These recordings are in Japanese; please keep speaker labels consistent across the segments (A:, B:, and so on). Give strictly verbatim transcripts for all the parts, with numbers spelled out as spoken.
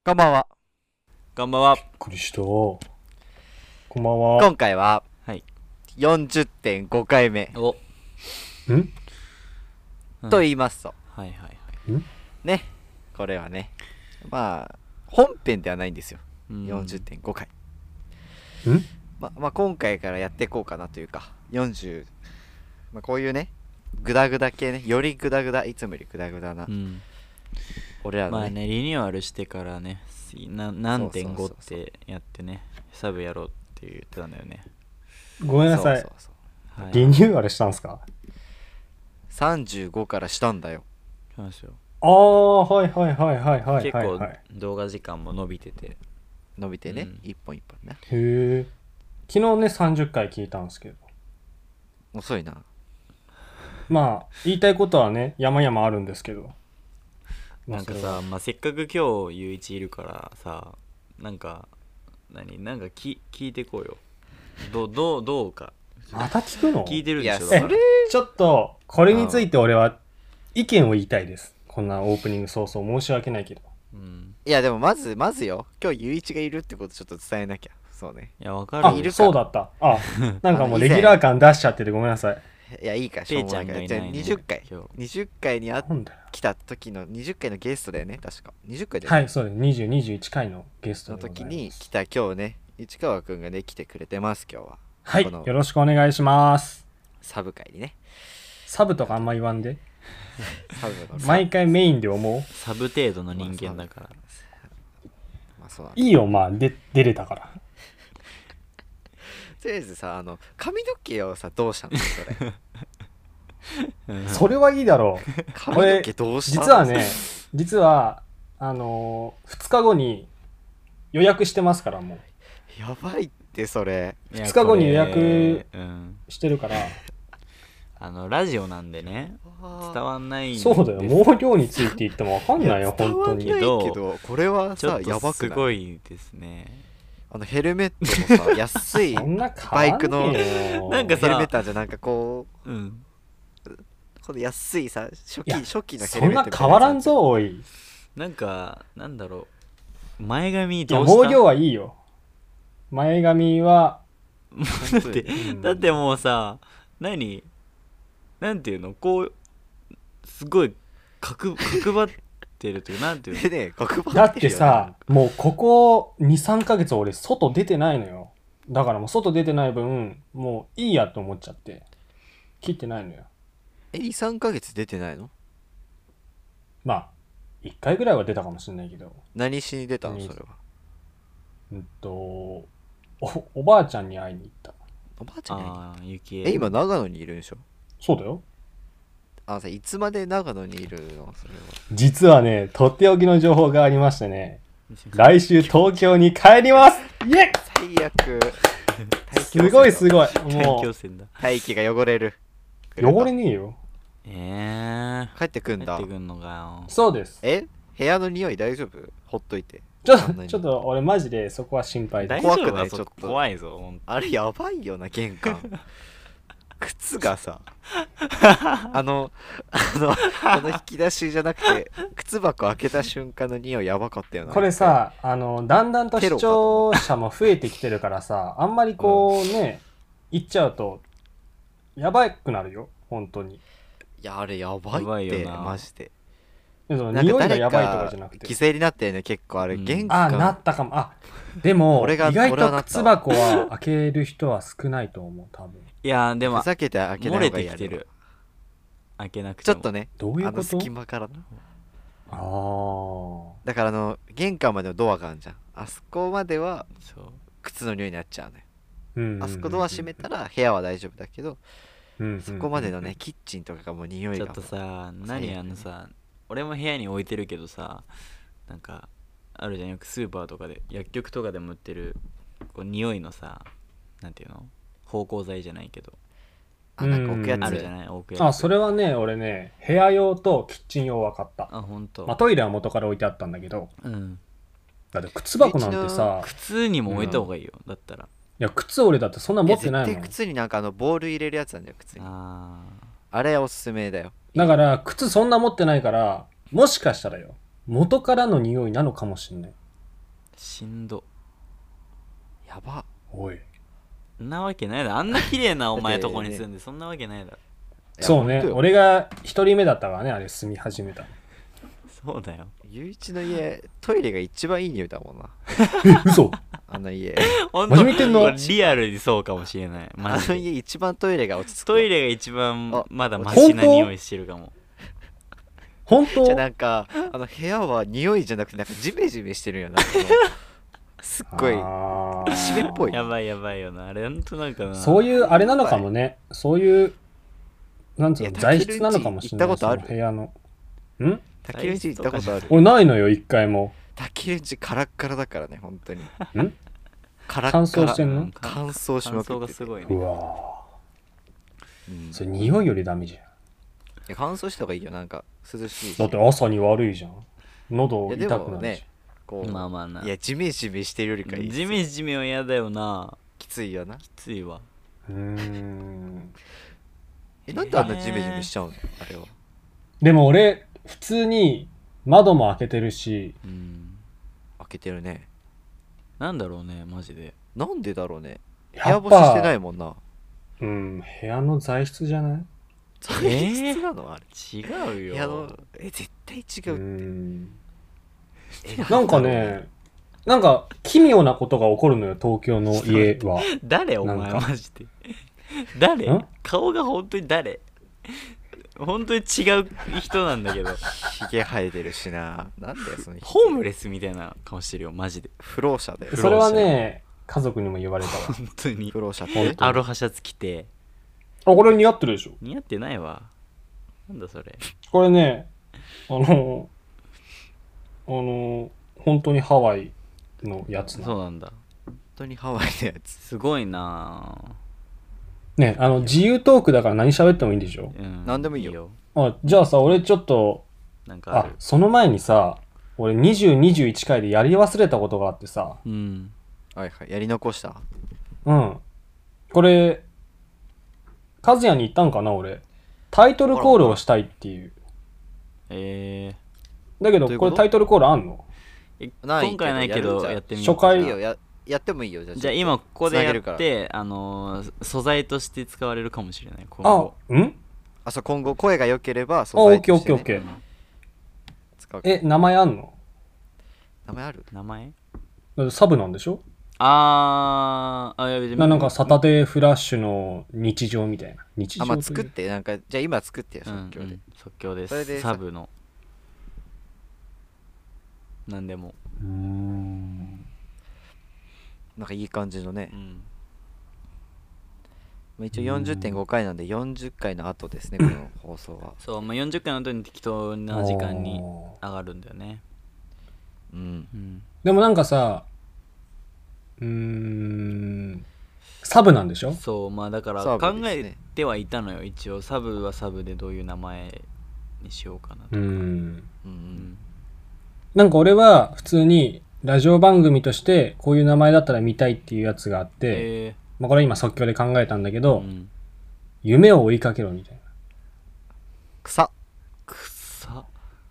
A: こんばんは。
B: こんばんは。
C: びっくりした。こんばんは。
A: 今回は
B: はい。
A: よんじゅってんごかいめ
B: お。
C: ん
A: と言いますと、
B: はいはいはい。
C: ん
A: ね、これはね、まあ本編ではないんですよ。
B: うん
A: よんじゅってんごかい。
C: ん
A: ままあ今回からやっていこうかなというか、よんじゅう、まあ、こういうね、グダグダ系ね、よりグダグダ、いつもよりグダグダな、
B: うん。
A: 俺らのね、
B: まあね、リニューアルしてからね、な何点ごっ
A: そうそうそうそう
B: てやってね、サブやろうって言ってたんだよね。
C: ごめんなさい。
A: そうそうそう
B: はい。
C: リニューアルしたんすか？
A: さんじゅうごからしたんだよ。
B: そうなんですよ。
C: ああ、はいはいはいはいはい
B: 結構
C: はいはい。
B: 動画時間も伸びてて。
A: 伸びてね、
B: うん
A: 一本一本ね。
C: へえ。昨日ね、さんじゅっかい聞いたんですけど。
A: 遅いな。
C: まあ、言いたいことはね、山々あるんですけど。
B: なんか
C: まあそれは
B: さ、まあ、せっかく今日ゆういちいるからさ、なんか、何なんかき聞いてこうよ。どう、どう、どうか。
C: また聞くの？
B: 聞いてるでしょ。
A: いやそれ
C: ちょっと、これについて俺は意見を言いたいです。こんなオープニング早々申し訳ないけど。
B: うん。
A: いやでもまずまずよ、今日ゆういちがいるってことちょっと伝えなきゃ。そうね。
B: いや、わか
C: あ
B: るよ。
A: いるか
C: そうだった。あ、なんかもう
A: あの以前
C: レギュラー感出しちゃっててごめんなさい。
A: いやいいか、し
B: ペイ
A: ょうもないから。じゃあ
B: ちゃんがいないね。
A: にじゅっかい。
B: 今日。
A: にじゅっかいにあ
C: なんだよ。
A: 来た時のにじゅっかいのゲストだよね、確か。にじゅっかいだよね。
C: はい、そうです。にじゅう、にじゅういちかいのゲスト
A: の
C: でございます。
A: 時に来た今日ね、市川くんがね、来てくれてます、今日は。
C: はい、
A: この
C: よろしくお願いします。
A: サブ会にね。
C: サブとかあんま言わんで。
A: サブの
C: 毎回メインで思う。
B: サブ程度の人間だから。
A: まあそうなんだ。
C: いいよ、まあ、で、出れたから。
A: とりあえずさ、あの、髪の毛をさ、どうしたのそれ。
B: うん
C: それはいいだろう。
A: 髪の毛どうしたの
C: 実はね、実は、あのー、ふつかごに予約してますから、もう。
A: やばいって、それ。
B: いや
C: ふつかごに予約
B: これうん、
C: してるから。
B: あのラジオなんでね伝わんないんです
C: そうだよ、毛量について言ってもわかんないよ、
A: 伝わんない
C: 本当に。
A: けど、これはさ、
B: ちょっと
A: やばくない
B: すごいですね。
A: あの、ヘルメットもさ、安い
C: そんな変わんねえよ。
B: なんかさ
A: ヘルメットあんじゃん、なんかこう、
B: うん
A: この安いさ、初期、
C: いや
A: 初期のヘ
C: そん
A: ルメットみたい
C: な変わらん
A: やつあ
C: ぞ、おい。
B: なんかなんだろう前髪
C: いや、
B: どうした
C: 毛量はいいよ。前髪は、
A: んじゃん。
B: だって
C: うん
B: だってもうさ何なんていうのこうすごい角角張ってるというかなんていうの
A: でね、黒板
C: だってさ、もうここに、さんかげつ俺外出てないのよ。だからもう外出てない分、もういいやと思っちゃって、切ってないのよ。
A: え、に、さんかげつ出てないの？
C: まあ、いっかいぐらいは出たかもしれないけど、
A: 何しに出たの
C: 何
A: それは。
C: うんと、お、おばあちゃんに会いに行った。
A: おばあちゃんに会いに
B: ああゆき
A: え、今長野にいるんでしょ？
C: そうだよ。
A: あのさ、いつまで長野にいるのそれは。
C: 実はね、とっておきの情報がありましてね、来週東京に帰りますイエイ
A: 最悪。
C: すごいす
A: い。
C: ごい。
B: 大
C: も
B: 気汚染だ
A: 大気が汚れる。
C: う、汚れねえよ。
B: ええ
A: 帰ってくんだ
B: 帰って。くんのかよ
C: そうです。
A: え部屋の匂い大丈夫？ほっといて。
C: ちょっと、
A: あんなに
C: ちょっと俺マジでそこは心配です。
B: 大丈
A: 怖く
B: 夫だぞ
A: ないちょっと
B: 怖いぞほんと
A: あれやばいよな、玄関。靴がさ、あの、あの、この引き出しじゃなくて、靴箱開けた瞬間の匂いやばかったよな。
C: これさ、あの、だんだんと視聴者も増えてきてるからさ、あんまりこうね、言っちゃうと、やばくなるよ、本当に。
A: いや、あれやばい
B: やばい
A: って、
B: よな
A: マジで。
C: でその
A: なんか誰
C: 匂いがやばいとか
A: か
C: じゃなくて。
A: 犠牲になったよね、結構あれ。
B: うん
A: 玄
C: あ、
A: 関。
C: なったかも。あ、でも、
A: 俺が
C: 意外
A: 俺はなった
C: と靴箱は開ける人は少ないと思う、多分。
B: いやでも
A: ふざけて開けな
B: 漏れ
A: い方がいい
B: てきてる開けなくても
A: ちょっとね、あの
C: どういうこと？
A: 隙間からな。
C: ああ。
A: だからあの、玄関までのドアがあるじゃん。あそこまでは
B: そう
A: 靴の匂いになっちゃうのよ。
C: うん
A: あそこドア閉めたら部屋は大丈夫だけど、
C: ら
A: そこまでのね、キッチンとかがもう匂いがもう。
B: ちょっとさ何あのさ俺も部屋に置いてるけどさなんかあるじゃんよくスーパーとかで薬局とかでも売ってるこう匂いのさなんていうの芳香剤じゃないけど
A: あ、なんか置くやつ。
C: うん
B: あるじゃない置くやつ
C: あ、それはね、俺ね、部屋用とキッチン用分かった。
B: あほんと
C: まあ、トイレは元から置いてあったんだけど、
B: うん
C: だって靴箱なんてさ、
B: 靴にも置いた方がいいよだったら
C: いや、靴俺だってそんな持ってないもん。
A: いや絶対靴になんかあのボール入れるやつなんだよ、靴に。
B: あ
A: あれおすすめだよ。
C: だから、靴そんな持ってないから、もしかしたらよ、元からの匂いなのかもしんない。
B: しんど。
A: やば。
C: おい。
B: そんなわけないだろ。あんな綺麗なお前
A: だって
B: とこに住んでそんなわけないだろ。
A: いや
C: そうね
A: ほんとよ
C: 俺が一人目だったからねあれ住み始めた
B: そうだよ。
A: ゆういちの家トイレが一番いい匂いだもんな。
C: 嘘
A: あの家
B: ほん
C: 真面目言ってんの
B: これリアルにそうかもしれない。
A: あの
B: マジで。
A: 家一番トイレが落ち着く。
B: トイレが一番
A: あ
B: まだマシな匂いしてるかも。
C: 本当
A: じゃあなんかあの部屋は匂いじゃなくてなんかジメジメしてるよな。すっごい
C: あー
A: 湿っぽい。
B: やばいやばいよな。あれほんとなんかな。
C: そういうあれなのかもねそういうなんつうの
A: いや
C: 材質なのかもしれない
A: 行ったことある
C: その部屋のん
A: 滝ルンチ行ったことある。
C: 俺ないのよ一回も
A: 滝ルンチカラッカラだからね本当に。
C: ん
A: カラッカラ
C: 乾燥してんの
A: 乾燥しまくってて
B: 乾燥がすごいうね。
C: わ
A: うん
C: ーそれ匂いよりダメじゃん
A: いや乾燥した方がいいよなんか涼しいし。
C: だって朝に悪いじゃん喉
A: いやで
C: 痛くなるし、
A: もねこう
B: まあまあな。
A: いやジメジメしてるよりかいい。
B: ジメジメは嫌だよな。
A: きついよな。
B: きついわ。
C: うーん
A: えなんであんなジメジメしちゃうのあれは。
C: でも俺普通に窓も開けてるし
B: うん。
A: 開けてるね。
B: なんだろうね、マジで。
A: なんでだろうね。部
C: やっ
A: 屋干ししてな
C: ぱ
A: いもんな。
C: うん部屋の材質じゃない
A: 材質なのあれ。
B: 違うよ。
A: 部屋のえ絶対違
C: う
A: うって。
C: ん
A: え
C: なんかねなんか奇妙なことが起こるのよ東京の家は
B: 誰お前
C: なんか
B: マジで。誰
C: ん
B: 顔が本当に誰本当に違う人なんだけど。
A: ひげ生えてるしな。なんだよそのひげ
B: ホームレスみたいな顔してるよ、マジで。
A: 不老者だよ。
C: それはね家族にも言われたわ
B: 本当に
A: 不。老者っ
C: 本
A: て
C: 当
B: アロハシャツ着て。
C: あこれ似合ってるでしょ
B: 似合ってないわ。なんだそれ。
C: これねあのあの本当にハワイのやつな
B: そうなんだ。
A: 本当にハワイのやつ。
B: すごいな
C: ねあの自由トークだから何喋ってもいいんでしょ
B: ぁ。うん。
A: なんでもいいよ
C: あじゃあさ俺ちょっとあ
B: なんかある。
C: その前にさ俺にじゅう、にじゅういち回でやり忘れたことがあってさ
B: うん。
A: はいはいやり残した。
C: うんこれ和也に言ったんかな俺タイトルコールをしたいっていう
B: え
C: だけど
A: どういうこと
C: これタイトルコールあんの
B: ー、え
A: ない
B: 今回ないけど
A: けどやるんじゃん
B: やってみよう
C: 初回
A: いいよややってもいいよじゃあ。
B: じゃあ今ここでや
A: つなげるから
B: ってあのー素材として使われるかもしれない今
C: あ
B: 後。
C: ん
A: あそう今後声が良ければ
C: あ
A: 素
C: オッケーオッ
A: 材として、ね、
C: ケーオッケー
A: 使う。
C: え名前あんの
A: 名前ある？
B: 名前
C: だってサブなんでしょ
B: あーあやべ
C: ななんかサタデーフラッシュの日常みたいな日常
A: あまあ
C: という
A: 作ってなんかじゃあ今作ってよ
B: うん
A: 即興で、
B: うん即興で
A: それですさ
B: サブのなんでも
C: うーん
A: なんかいい感じのね
B: う、ん
A: まあ、一応よんじゅってんごかいなんでよんじゅっかいの後ですねこの放送は。
B: そう、まあ、よんじゅっかいの後に適当な時間に
C: あー
B: 上がるんだよね。
A: うん
B: うん
C: でもなんかさうーんサブなんでしょ
B: そうまあだから
A: サ
B: 考
A: ブですね
B: えてはいたのよ一応サブはサブでどういう名前にしようかなと
C: うーん
A: うんう
B: うんん
C: なんか俺は普通にラジオ番組としてこういう名前だったら見たいっていうやつがあって、
B: え
C: まあ、これ今即興で考えたんだけ
B: ー
C: ど、
B: うん
C: 夢を追いかけろみたいな
A: 草
B: くっさ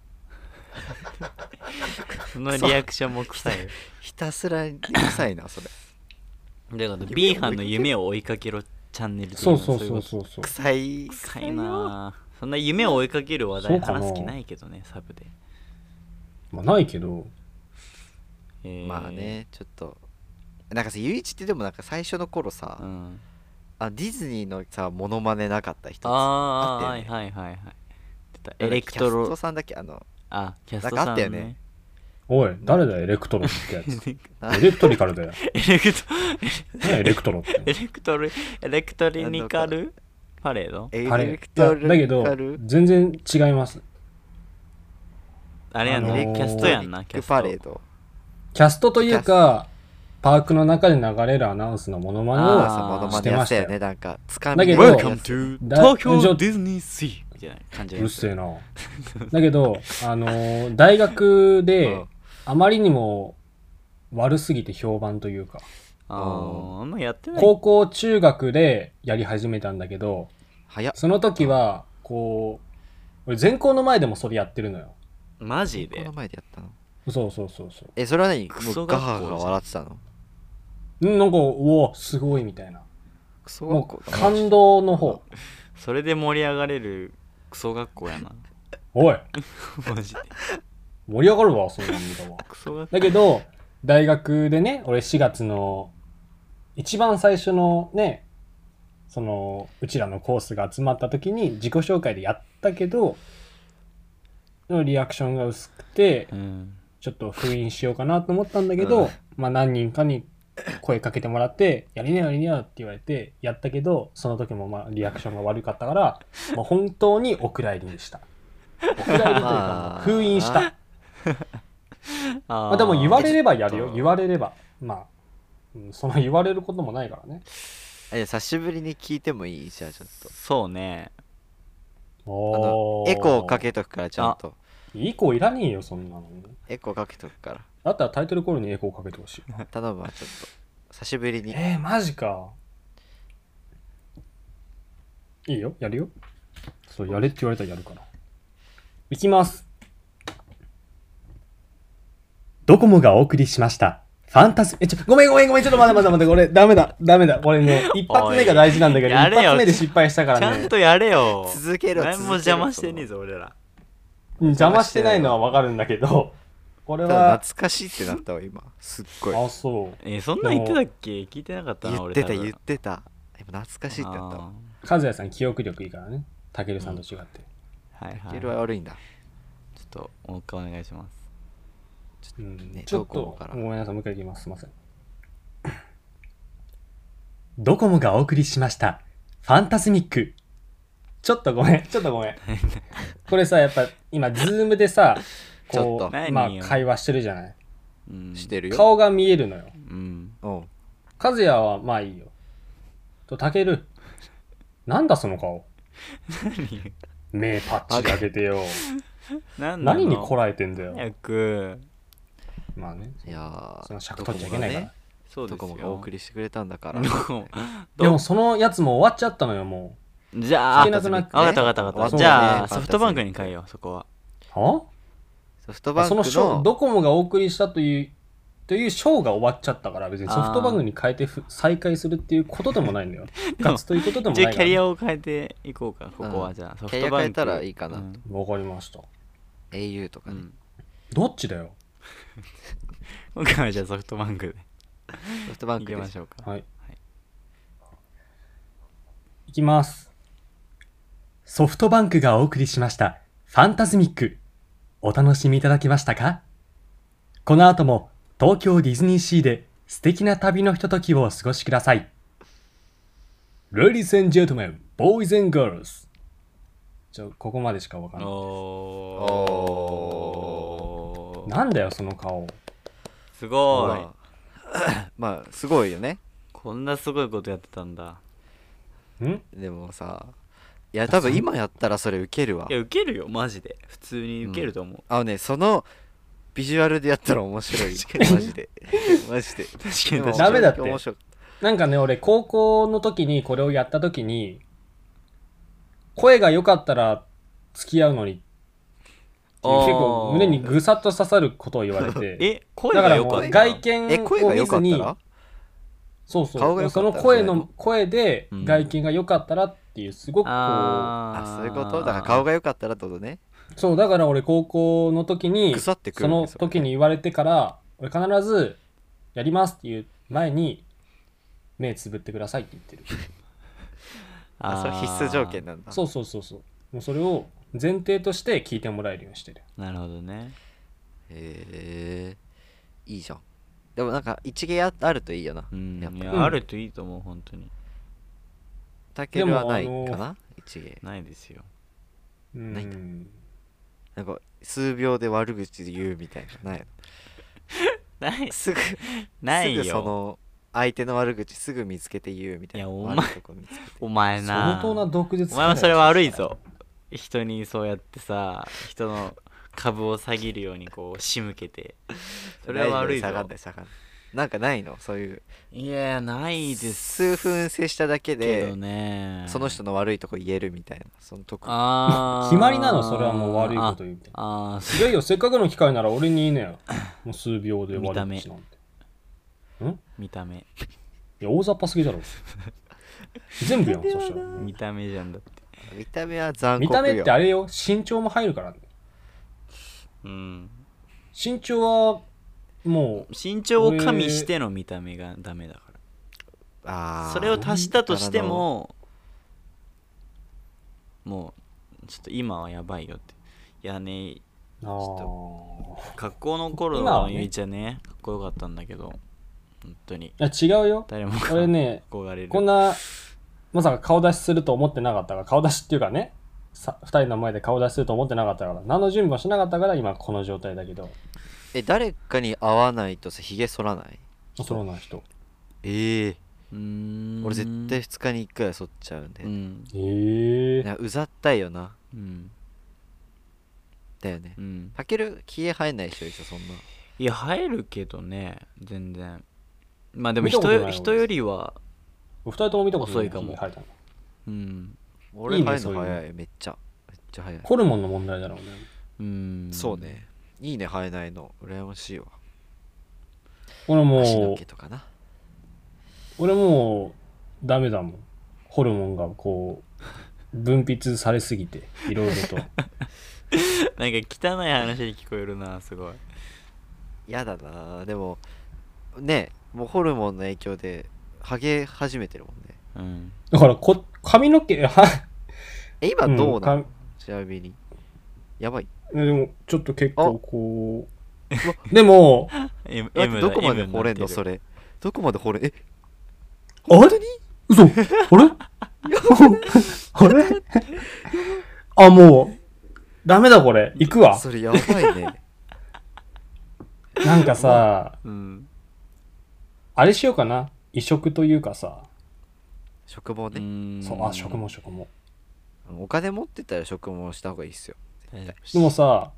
B: そのリアクションも臭いよ
A: ひたすら臭いなそれ。
B: だから B 班の夢を追いかけろチャンネルってい
C: そうそう
B: の
C: そうそうそう
A: 臭い
B: 臭いなぁそんな夢を追いかける話題
C: そうかな
B: 話す気ないけどねサブで、
C: まあないけど
B: えー
A: まあねちょっとなんかさゆういちってでもなんか最初の頃さ、
B: うん
A: あディズニーのさモノマネなかった人
B: ああはい
A: あったよね
B: はいはいはい出たエレクトロ
A: キャストさんだっけあの
B: あキャスト
A: なんか
B: さん、ね、
A: あったよね
C: おい誰だよエレクトロってやつ
A: な
C: エレクトリカルだよ
B: エレクト
C: 何やエレクトロって
B: エレクトルエレクトリニカルパレード
A: エ
C: あれ
A: レクトル
C: いやだけど
A: カル
C: 全然違います
B: あれやんな、
C: あのー
B: キャストやんなキャスト
A: パレード
C: キャストというかパークの中で流れるアナウンスのモノマネ
B: あー
C: を
A: さモノマネやってたよねなんかつかみ
C: だけど
A: でやつ
B: Welcome to
C: だ
B: 東京
C: じゃあ
B: ディズニーシーみたいな感じ
C: う
B: で
C: るせえなだけどあのー大学
A: う
C: で
A: ん
C: あまりにも悪すぎて評判というか
B: あーあんまやってない
C: 高校中学でやり始めたんだけど
A: 早っ
C: その時はこう俺全校の前でもそれやってるのよ
B: マジで
A: この前でやったの
C: そうそうそうそ
A: えそれは何
B: クソ
A: もうガ
B: 学校じゃん
A: ハガハ笑ってたの？
C: う。うん、なんか、うおすごいみたいな。
A: クソ
C: もう
A: 学校だ
C: 感動の方。
B: それで盛り上がれるクソ学校やな
C: おい
B: マジで
C: 盛り上がるわ、そんなん見たわ。
B: クソ学校
C: だけど、大学でね、俺しがつの、一番最初のね、その、うちらのコースが集まった時に自己紹介でやったけど、のリアクションが薄くて、
B: うん
C: ちょっと封印しようかなと思ったんだけど、
A: うん
C: まあ何人かに声かけてもらって、やりなよやりなよって言われて、やったけど、その時もまあリアクションが悪かったから、まあ本当にお蔵入りにした。お蔵入りというかもう封印した。
B: あ
C: まあでも言われればやるよ。
B: え
C: 言われれば。まあ、うんその言われることもないからね。
A: え久しぶりに聞いてもいい？じゃあちょっと
B: そうね
A: あの
C: おー
A: エコーかけとくからちゃんと
C: いい子いらねえよ、そんなの。
A: エコーかけとくから
C: だったらタイトルコールにエコーかけてほしい。
A: 頼むわちょっと久しぶりに
C: えー、マジか。いいよ、やるよ。そう、やれって言われたらやるから。いきます。ドコモがお送りしました。ファンタズえ、ちょ、ごめんごめんごめん、ちょっと待って待って待って、これ、ダメだ、ダメだ。これね、一発目が大事なんだけど、一
B: おいやれよ
C: 発目で失敗したからね。
B: ちゃんとやれよ
A: 続けろ
B: 何も
A: 続けろ
B: 邪魔してねえぞ俺ら
C: うん邪魔してないのはわかるんだけど、これ
A: ただ
C: は、
A: 懐かしいってなったわ今すっごい
C: あ、そう。
B: えそんなん言ってたっけ聞いてなかったな
A: 言ってた
B: 俺多分
A: 言ってた今懐かしいってなったわ
C: 和也さん記憶力いいからね。たけるさんと違って。
B: あーはいはい
A: ゲルは悪いんだ
B: ちょっともう一回お願いします
C: うん
A: ね
C: ちょっと
A: ドコモから
C: ごめんなさい、もう一回いきます。すいません。ドコモがお送りしました。ファンタズミック。ちょっとごめん、ちょっとごめん。これさ、やっぱ今、ズームでさ、
A: ちょっと
C: こう、
B: 何
C: まあ
B: よ
C: 会話してるじゃない。
B: うん
A: してるよ
C: 顔が見えるのよ。
B: うん
A: おう
C: 和也はまあいいよ。と、たける。なんだその顔。目パッチ開けてよ。
B: 何なの
C: 何にこらえてんだよ。
B: 早く
C: まあね。
A: いやー
C: その尺取っちゃいけないから。
B: そうですよ
A: ドコモがお送りしてくれたんだから
B: ドコモ
C: でもそのやつも終わっちゃったのよ、も
B: じゃあ
C: 聞けなくなって
B: 分かった分かった分かった
C: そう
B: じゃあ
A: ね
B: ソフトバンクに変えようそこは
C: う。は
A: ソフトバンク
C: そのショー
A: の
C: ドコモがお送りしたというというショーが終わっちゃったから別にソフトバンクに変えてふ再開するっていうことでもないんだよ。復活ということでも
B: 一応キャリ
C: ないから。
B: アを変えていこうかここはじゃあソフトバンク
A: キャリア変えたらいいかなと
B: うん
C: わかりました。
A: au とかね
B: うん
C: どっちだよ。
B: 今回はじゃあソフトバンクで
A: ソフトバン
B: い
A: クで
B: きましょうか
C: はい。いきます。ソフトバンクがお送りしましたファンタズミック。お楽しみいただけましたか？この後も東京ディズニーシーで素敵な旅のひとときをお過ごしください。Ladies and gentlemen, boys and girls。ちょ、ここまでしかわかんない。
B: おー
C: なんだよ、その顔。
B: すごい
A: ほらまあすごいよね
B: こんなすごいことやってたんだ
C: ん
A: でもさいや多分今やったらそれウケるわ
B: いやウケるよマジで普通にウケると思う、
A: あのねそのビジュアルでやったら面白い
B: 確かに
A: マジでマジで
B: 確かに
A: でも
B: 確か
C: ダメだって
A: 面白い
C: なんかね、俺、高校の時にこれをやった時に、声が良かったら付き合うのにっていう、
B: あー
C: 結構胸にぐさっと刺さることを言われて、
B: え声
C: だからもう
B: が良かった
C: 外見
A: え声が
C: を見ずに、
A: 良かったら
C: そうそう、
A: 顔が良か
C: そ
A: ったら
C: の声の
A: じゃないの
C: 声で
B: うん
C: 外見が良かったらっていう、すごくこう、
B: あ
A: あそういうことだから顔が良かったらってことね
C: そう、だから俺高校の時に、
A: 腐ってく
C: その
A: るんですよ
C: 時に言われてから、俺必ず、やりますっていう前に、目つぶってくださいって言ってる。
A: あそれ必須条件なんだ
C: そうそうそうそう。もうそれを前提として聞いてもらえるようにしてる。
B: なるほどね
A: へえいいじゃんでもなんか一芸ああるといいよな
B: うんい
A: やっぱ
C: うん
B: やあるといいと思う本当に
A: たけるはない
C: でもあの
A: かな一芸
B: ないですよ
C: うん。
A: ないんなんか数秒で悪口言うみたいなない
B: ない
A: すぐ
B: ないよ
A: すぐその相手の悪口すぐ見つけて言うみたいない
B: やお前
A: 悪いとこ見つけて
B: お前な
C: 相当な毒舌
B: お前はそれ悪いぞ人にそうやってさ人の株を下げるようにこう仕向けてそれは悪いぞ
A: 下がんない下がんないなんかないのそういう
B: いやないです
A: 数分接しただけ
B: けど
A: で
B: ね。
A: その人の悪いとこ言えるみたいなその特技
B: あー
C: 決まりなのそれはもう悪いこと言うみたいな。
B: あー
C: いやいや、せっかくの機会なら俺に言いなよ。もう数秒で悪
B: 見た目
C: 口なんて。んい
B: 見た目
C: や、大雑把すぎだろ。全部やん、そしたら。
B: 見た目じゃんだって。
A: 見た目は残酷よ
C: 見た目ってあれよ、身長も入るからね。
B: うん
C: 身長は、もう、
B: 身長を加味しての見た目がダメだから
A: あー
B: それを足したとしてももうちょっと今はやばいよっていやね
C: あー
B: 学校の頃
C: 今はね
B: のゆいちゃんねかっこよかったんだけど本当に
C: いや違うよ。
B: 誰も
C: 俺ね、
B: 憧れる
C: こんな、まさか顔出しすると思ってなかったから、顔出しっていうかね、さ二人の前で顔出しすると思ってなかったから、何の準備もしなかったから今この状態だけど、
A: え誰かに会わないとさひげ剃らない
C: そうな人。
A: ええ
B: うーん
A: 俺絶対ふつかにいっかいは剃っちゃうんで、
B: うん
C: ええー。
A: なんかうざったいよな
B: うん
A: だよね
B: うん
A: たけるひげ生えない人でしょそんない
B: や生えるけどね全然まあでも人
C: 見たことない俺
B: よ人よりは
C: お二人とも見たことない
B: 遅いかも
C: 生えたの
B: うん
A: 俺
C: いいね
A: 生えるの
C: そういうの
A: 早いめっちゃめっちゃ早い
C: ホルモンの問題だろうね。
B: うん
A: そうねいいね生えないの羨ましいわ
C: 俺
A: 足の
C: もう
A: 毛とかな
C: 俺もうダメだもん。ホルモンがこう分泌されすぎていろいろと。
B: なんか汚い話に聞こえるなすごい
A: やだなでもねもうホルモンの影響でハゲ始めてるもんね
B: うん
C: だからこ髪の毛は
A: え今どうなの、
C: うんか
A: ちなみにやばい
C: でもちょっと結構こうでも
B: M
A: だって
B: M だ
A: どこまで
B: M に
A: 掘れん
B: なってる
A: のそれどこまで掘れえ
C: あれ嘘あれあれあもうダメだこれ行くわ。
A: それやばいね
C: なんかさ
B: うん
C: あれしようかな移植というかさ
A: 植毛ね、
B: ん
C: そうあ植毛植毛
A: お金持ってたら植毛した方がいいっすよ
B: 大丈夫
C: でもさ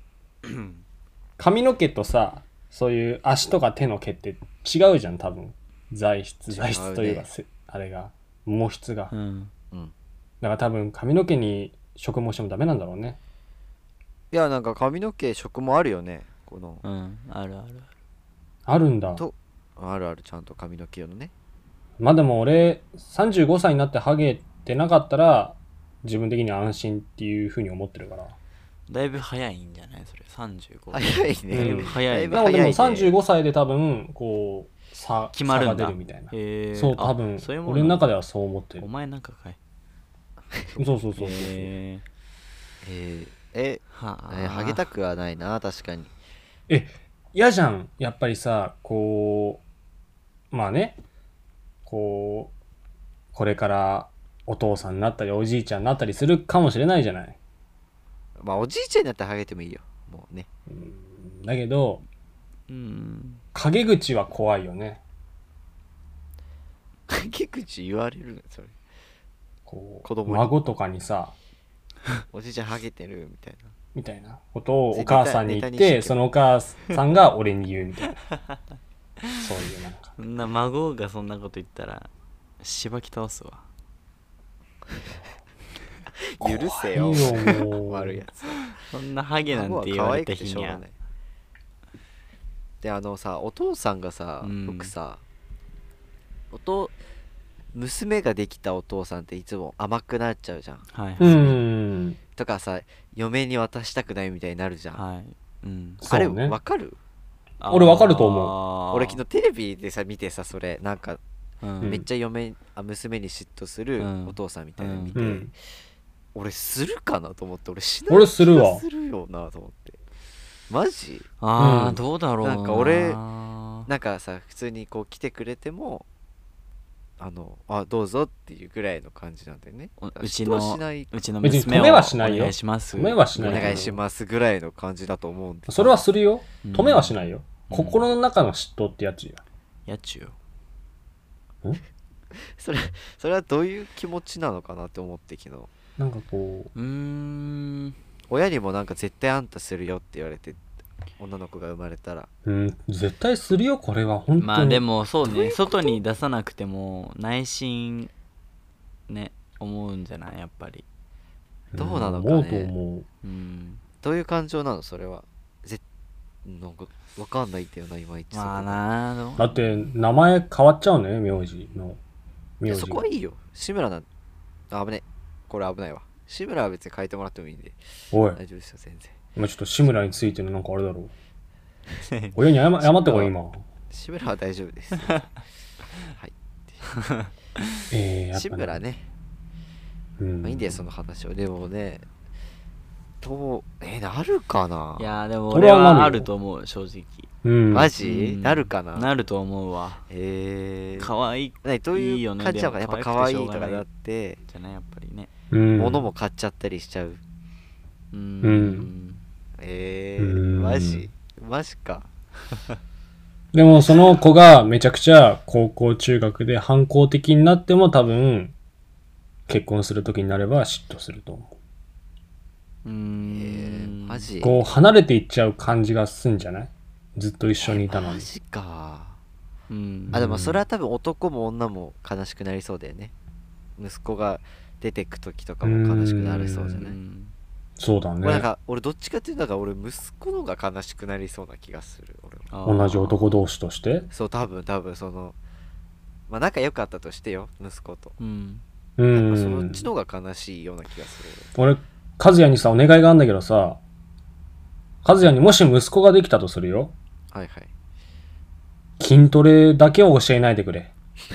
C: 髪の毛とさそういう足とか手の毛って違うじゃん多分材質材質というかせあれが毛質が
B: うん
C: だから多分髪の毛に植毛してもダメなんだろうね。
A: いやなんか髪の毛植毛あるよねこの
B: うんあるある
C: あるんだ。
A: とあるあるちゃんと髪の毛用のね
C: まあでも俺さんじゅうごさいになってハゲてなかったら自分的に安心っていうふうに思ってるから。
B: だいぶ早いんじゃないそれさんじゅうご
A: 早いね、
C: だいぶ
B: 早いね
A: だいぶ
C: なのでも
A: 早いね
C: さんじゅうごさいで多分こう差
B: 決まるんだ
C: 差が出るみたいな。
B: へー
C: そう
B: あ
C: 多分
B: そういうもん
C: 俺の中
B: で
C: ではそう思ってる
B: お。前なんかかい
C: そうそうそうそう。
B: へ
A: えー、え
B: ーはあ
A: えーハゲたくはないな確かに
C: え嫌じゃんやっぱりさこうまあねこうこれからお父さんになったりおじいちゃんになったりするかもしれないじゃない。
A: まあおじいちゃんになったらハゲてもいいよもうね
C: だけど
B: うん
C: 陰口は怖いよね。
A: 陰口言われるのそれ
C: こう
A: 子供に
C: 孫とかにさ
A: おじいちゃんハゲてるみたいな
C: みたいなことをお母さんに言っ
A: ネタネタにしてけ
C: てそのお母さんが俺に言うみたいなそういうなんか
B: そんな孫がそんなこと言ったらしばき倒すわ
A: 許せよ
C: 怖いよもう
A: 悪いやつ
B: そんなハゲなんて言われた日には
A: いであのさお父さんがさ、
B: うん
A: 僕さおと娘ができたお父さんっていつも甘くなっちゃうじゃん
B: はい、
C: うーん
A: とかさ嫁に渡したくないみたいになるじゃん、
B: はいうん
A: あれ
C: そうね
A: わかる
C: 俺わかると思
B: 思
A: 俺昨日テレビでさ見てさそれなんか
B: うん
C: うん
A: めっちゃ嫁あ娘に嫉妬する
B: うん
A: お父さんみたいなの見て、
C: うん
A: 俺するかなと思って俺しない
C: 俺するわ
A: 気がするよなと思ってマジ
B: ああ、
C: うん
B: どうだろうな
A: なんか俺なんかさ普通にこう来てくれてもあのあどうぞっていうぐらいの感じなんだよね
B: お
A: だから
B: うちの
A: 嫉妬はしないう
B: ちの
C: 別に
B: 娘を
C: 止めはしないよ
B: お願いします
C: 止めはしない
A: お願いしますぐらいの感じだと思うんで
C: それはするよ
B: うん
C: 止めはしないよ、
B: うん
C: 心の中の嫉妬ってやつよ。
B: やっちゅうよ
A: それそれはどういう気持ちなのかなって思って昨日
C: なんかこ
B: うーん
A: 親にもなんか絶対あんたするよって言われて女の子が生まれたら。
C: うん絶対するよこれは本当に。
B: まあでもそうね、外に出さなくても内心ね思うんじゃない、やっぱり。
A: どうなのかね
C: 思うと思う。
B: うん。
A: どういう感情なのそれは。ぜなんかわかんないんだよな、いまいちそこが。
B: まあなあ、どう
C: だって名前変わっちゃうね名字の
A: いや
C: 名字が。
A: そこはいいよ。志村なんあ危ねこれ危ないわ。志村は別に変えてもらってもいいんで
C: おい
A: 大丈夫ですよ全然。
C: 今ちょっと志村についてのなんかあれだろう。親に謝謝ってこい今。
A: 志村は大丈夫ですはい
C: えー、やっぱ、ね、
A: 志村ね、
C: うん
A: まあ、いいんだよその話を。でもねどうえなるかない
B: やーでも
C: これはなるよ
B: 俺はあると思う正直。
C: うん
A: マジ、
B: うん
A: なるかな。
B: なると思うわ。
A: えー、
B: 可愛い
A: 何どう
B: いい
A: いう
B: よね
A: 感じなのかな。やっぱ
B: でも
A: 可愛いとか
B: 可愛くてしょうがない
A: だって
B: じゃないやっぱりね。
C: うん
A: 物も買っちゃったりしちゃう。
B: うん。
C: うん
A: えー、
C: うん
A: マジマジか。
C: でもその子がめちゃくちゃ高校中学で反抗的になっても多分結婚する時になれば嫉妬すると思
B: う
A: え
B: ん。
A: ー、マジ
C: う。こう離れていっちゃう感じがすんじゃない？ずっと一緒にいたのに。
A: マジか。
B: うん。
A: あでもそれは多分男も女も悲しくなりそうだよね。息子が出てく時とかも悲しくなりそうじゃない。
B: うん
C: そうだね。
A: 俺なんか俺どっちかっていうとだから俺息子の方が悲しくなりそうな気がする俺は。
B: あー
C: 同じ男同士として。
A: そう多分多分そのまあ仲良かったとしてよ息子と。
B: うん。
C: う
A: やっぱそ
C: ん
A: っちの方が悲しいような気がする
C: 俺和也にさお願いがあるんだけどさ、和也にもし息子ができたとするよ、
A: 俺。はいはい。
C: 筋トレだけを教えないでくれ。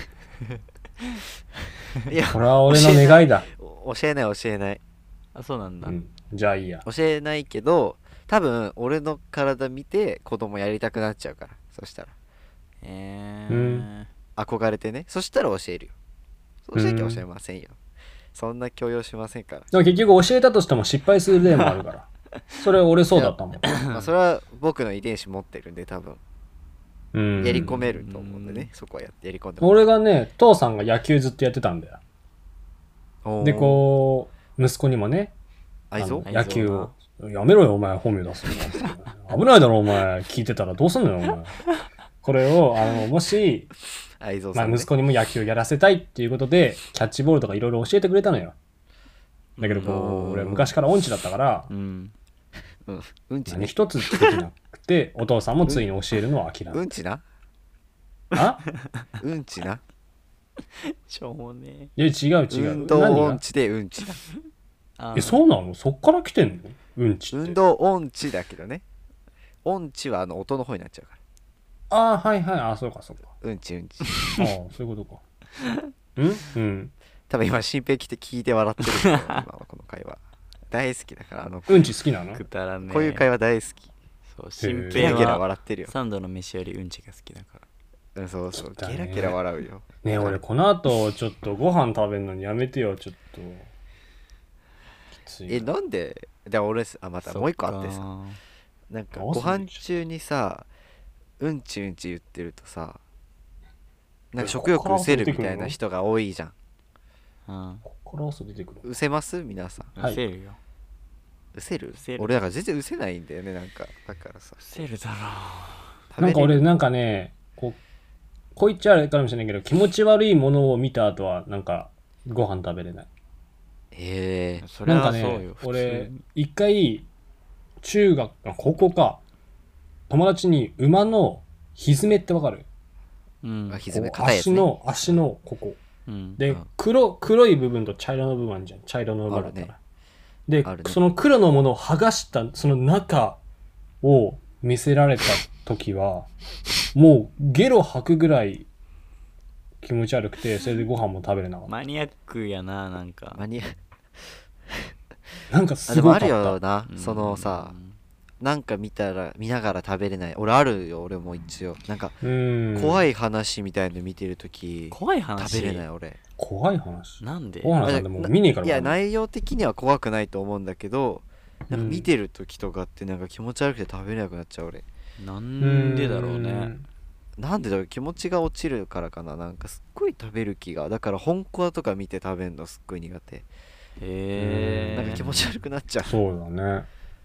A: いや
C: これは俺の願いだ。
A: お教えない教えない
B: あ、そうなんだ。
C: うん、じゃあいいや。
A: 教えないけど多分俺の体見て子供やりたくなっちゃうから。そしたら
B: えー。
C: うん
A: 憧れてね。そしたら教えるよ。そうしなきゃ教えませんよ。そんな強要しませんから。
C: でも結局教えたとしても失敗する例もあるから。それ俺そうだったもん。
A: まあそれは僕の遺伝子持ってるんで多分
C: うん、
A: やり込めると思うんでね、そこはやってやり込んで
C: 俺がね、父さんが野球ずっとやってたんだよ。
A: おー
C: で、こう、息子にもね、
A: 愛蔵
C: あの野球を、やめろよ、お前、本名出すの。危ないだろ、お前。聞いてたらどうすんのよ、お前。これを、あの、もし、まあ、
A: 愛蔵さん、ね
C: 息子にも野球やらせたいっていうことで、キャッチボールとかいろいろ教えてくれたのよ。だけど、こ
A: うん
C: う、俺、昔から音痴だったから
B: う、ん。
A: うん、うんち
C: 何
A: ね
C: 一つできなくて、お父さんもついに教えるのを諦め
A: うんちな
C: た。あ
A: うんちな
B: しょうもね
C: いや、違う違う。
A: 運動
C: 何が
A: 音痴でうんちな
B: あ
C: え、そうなの？そっから来てんの？うんちって。
A: 運動音痴だけどね。音痴はあの音の方になっちゃうから
C: ああ、はいはい。ああ、そうかそうか。
A: うんちうんち
C: ああ、そういうことか。うんうん。
A: 多分今新平来て聞いて笑ってるけど今はこの会話大好きだからあの
C: うんち好きなの？
B: くだらねえ。
A: こういう会話大好き。
B: そう、新
A: ゲラゲラ
B: 平は
A: 笑ってるよ、
B: 三度の飯よりうんちが好きだから。
A: うん、そうそう
C: だね
A: ゲラゲラ笑うよ。
C: ねえ、俺この後ちょっとご飯食べるのにやめてよ、ちょっと。きついな。
A: えなんでで俺あまたもう一個あってさ、
B: そか
A: なんか
C: 合わせ
A: ご飯
C: てきちゃった
A: 中にさうんちうんち言ってるとさなんか
C: え
A: 食欲失せるみ
C: ここから汗出てくるの
A: たいな人が多いじゃん。
B: うん。
C: ここから汗出てくる。
A: 失せます皆さん。
C: はい
B: うせるよ。
A: 失せる
B: 失せる
A: 俺だから全然失せないんだよね。なんかだからさ
B: うせるだろ
A: 食べれる
C: なんか俺なんかね、こう、こう言っちゃあれかもしれないけど、気持ち悪いものを見た後はなんかご飯食べれない。
A: へえ
B: う。それ
C: なんか
B: はそうよ
C: ね、。
B: 普通
C: 俺
B: に、
C: 一回、中学、あ高校か、友達に馬のひずめってわかる？
B: うん
A: あ。ひずめ
C: こう
A: 硬いやつ、ね、
C: 足の、足のここ。
B: うん。
C: で、
A: うん
C: 黒、黒い部分と茶色の部分あるじゃん。茶色の馬だったら。
A: あるね
C: で、
A: あるね
C: その黒のものを剥がした、その中を見せられた時は、もうゲロ吐くぐらい気持ち悪くて、それでご飯も食べれなかった。
B: マニアックやな、なんか。
A: マニア
C: なんか
A: あでもあ
C: すごかった。
A: るよな、
B: うん
A: そのさなんか見たら見ながら食べれない俺あるよ。俺も一応なんか
C: うん。い。
A: 怖い話みたいの見てるとき
B: 怖い話。
A: 食べれない俺。
C: 怖い話。
B: なんで
C: 大原さんでも見ねえから
A: いや
C: わかんない
A: 内容的には怖くないと思うんだけどなんか
C: うん
A: 見てる時とかってなんか気持ち悪くて食べれなくなっちゃう俺。
B: なんでだろうね。
A: なんでだろう気持ちが落ちるからかな。なんかすっごい食べる気がだから本コアとか見て食べるのすっごい苦手。
B: へえ。
A: なんか気持ち悪くなっちゃう。
C: そうだね。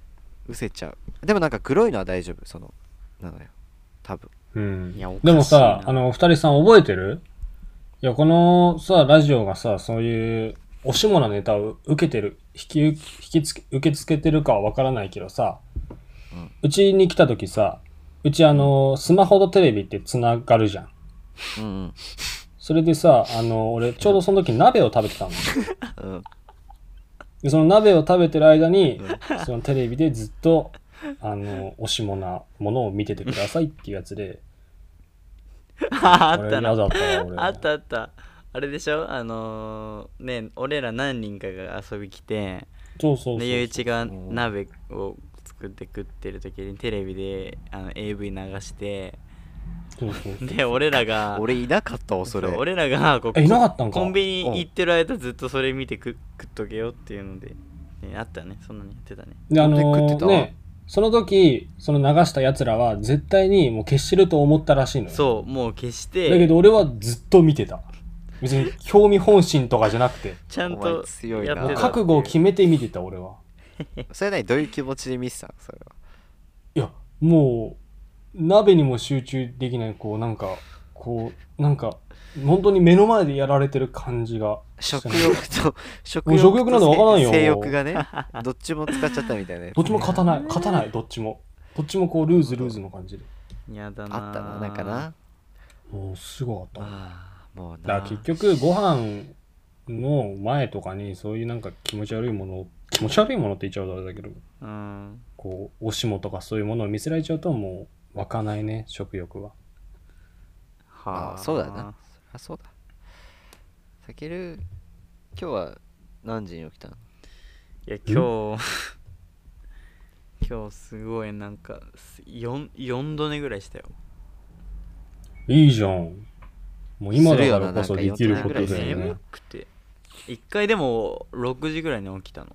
A: うせちゃう。でもなんか黒いのは大丈夫、そのなのよ多分。
C: うん
B: いやおかしいな
C: でもさ、あの、二人さん覚えてる？いや、このさ、ラジオがさ、そういう、おしもなネタを受けてる、引き、引きつけ、受け付けてるかはわからないけどさ、
A: うん
C: うちに来た時さ、うちあの、スマホとテレビってつながるじゃん。
A: うん
C: それでさ、あの、俺、ちょうどその時鍋を食べてたの。
A: うんうん。
C: で、その鍋を食べてる間に、そのテレビでずっと、あの、おしもなものを見ててくださいっていうやつで、俺
B: あったな
C: 嫌だったわ、俺。
B: あったあったあれでしょあのー、ね俺ら何人かが遊び来て
C: そうそうそうそう。
B: でゆういちが鍋を作って食ってる時にテレビであの エーブイ 流して
C: そうそうそう。
B: で俺らが
A: 俺いなかったわそれ。
B: そう俺らがこう
C: えいなかったんか
B: コンビニ行ってる間ずっとそれ見て食食っとけよっていうので、ね、あったねそんなにやってたね。
C: で、あの
A: 食ってた
C: ね、その時、その流した奴らは絶対にもう消してると思ったらしいのよ。
B: そうもう消して
C: だけど俺はずっと見てた。別に興味本心とかじゃなくて、
A: お
B: ちゃんと
A: 前強いな
B: やってた
C: 覚悟を決めて見てた俺は。
A: それなにどういう気持ちで見てたのそれは。
C: いや、もう、鍋にも集中できない、こう、なんか、こう、なんか、本当に目の前でやられてる感じがして
A: 食
C: ない。
A: 欲と食
C: もう食欲なんてわからんよ
A: 性欲がねどっちも使っちゃったみたいなやつ
C: どっちも勝たない、勝たない、どっちも。どっちもこう、ルーズルーズの感じで。
B: やだな
A: あったななんかな。
C: もう、すごかった。だか
A: ああもうな
C: ら結局、ご飯の前とかに、そういうなんか気持ち悪いものを、気持ち悪いものって言っちゃうとあれだけど、
B: うん
C: こう、おしもとかそういうものを見せられちゃうと、もう、湧かないね、食欲は。
B: は
A: あそうだな。あそうだ。たける今日は何時に起きたの？
B: いや今日今日すごいなんか 4, 4度寝ぐらいしたよ。
C: いいじゃん。もう今だからこそできることだよ
A: するよななんかよんど寝ぐらい
C: ね
B: 眠。くて一回でもろくじぐらいに起きたの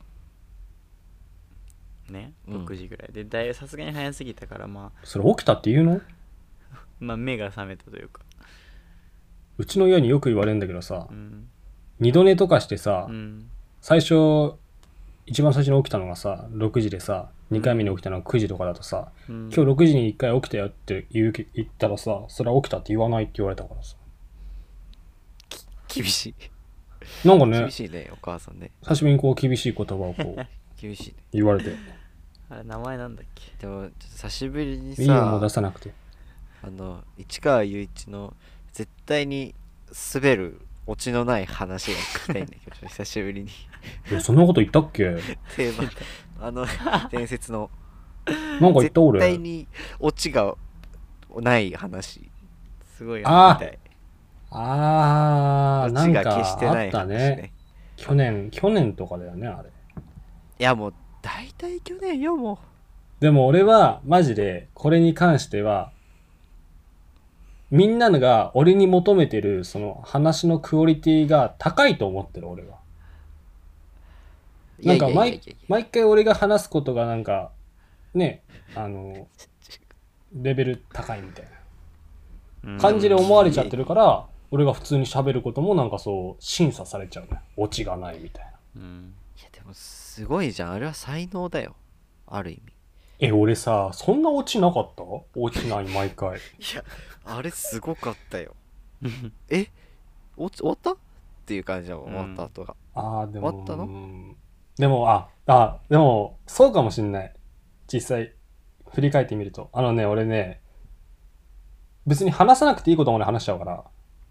B: ね、
A: うん
B: ろくじぐらいでだいさすがに早すぎたからまあ
C: それ起きたって言うの？
B: まあ目が覚めたというか
C: うちの親によく言われるんだけどさ
B: う、ん
C: 二度寝とかしてさ、
B: うん
C: 最初、一番最初に起きたのがさ、ろくじでさ、にかいめに起きたのがくじとかだとさ、
B: うん
C: 今日ろくじにいっかい起きたよって言う言ったらさ、それは起きたって言わないって言われたからさ。
A: 厳しい
C: なんかね
A: 厳、しいねお母さんね。
C: 久しぶりにこう厳しい言葉をこう
A: 厳しいね。
C: 言われて、
B: あれ名前なんだっけ
A: でもちょっと久しぶりに
C: いいよもう出
A: さ
C: さなくて。
A: あの市川雄一の絶対に滑るオチのない話が聞きたいんだけど久しぶりに
C: え、そんなこと言ったっけ？
A: 定番あの伝説の
C: なんか言った
A: 絶対
C: 俺。
A: にオチがない話
B: すごいよ
C: あ
A: みたい。
C: あー、
A: オチが
C: なんか
A: 決してない
C: あった
A: 話ね。
C: ね。去年、去年とかだよね、あれ。
A: いやもう大体去年よも
C: でも俺はマジでこれに関してはみんなのが俺に求めてるその話のクオリティが高いと思ってる俺は。
A: う。
C: なんか
A: いやいやいやいや
C: 毎毎回俺が話すことがなんかね、あのレベル高いみたい
B: うん
C: な感じで思われちゃってるから俺が普通に喋ることもなんかそう審査されちゃうね。オチがないみたいな。
B: うん
A: いやでもすごいじゃんあれは才能だよある意味。
C: え、俺さ、そんなオチなかった？オチない毎回。
A: いやあれすごかったよ。えお終わったっていう感じだもん、
B: うん
A: 終わった後が。
C: ああ、でも。
A: 終わったの
C: うんでも、あ、あ、でも、そうかもしんない。実際、振り返ってみると。あのね、俺ね、別に話さなくていいことまで話しちゃうから。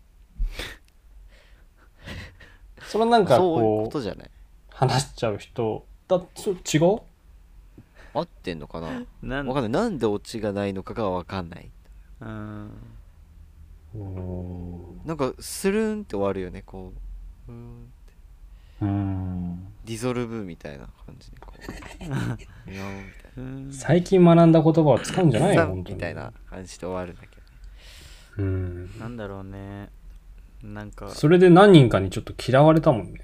C: それなんか
A: そういう
C: こう、
A: ことじゃない。
C: 話しちゃう人だ、そ違う？
A: 合ってんのかな
B: なん
A: わかんない。なんでオチがないのかがわかんない。
B: うん
C: うーん。
A: なんかスルーンって終わるよねこううーんって
C: うーん。
A: ディゾルブみたいな感じでこういやーみたい
B: うん
C: 最近学んだ言葉を使うんじゃないよ、
A: な
C: 本当に。
A: みたいな感じで終わるんだけど。
C: うん。
B: なんだろうねなんか
C: それで何人かにちょっと嫌われたもんね。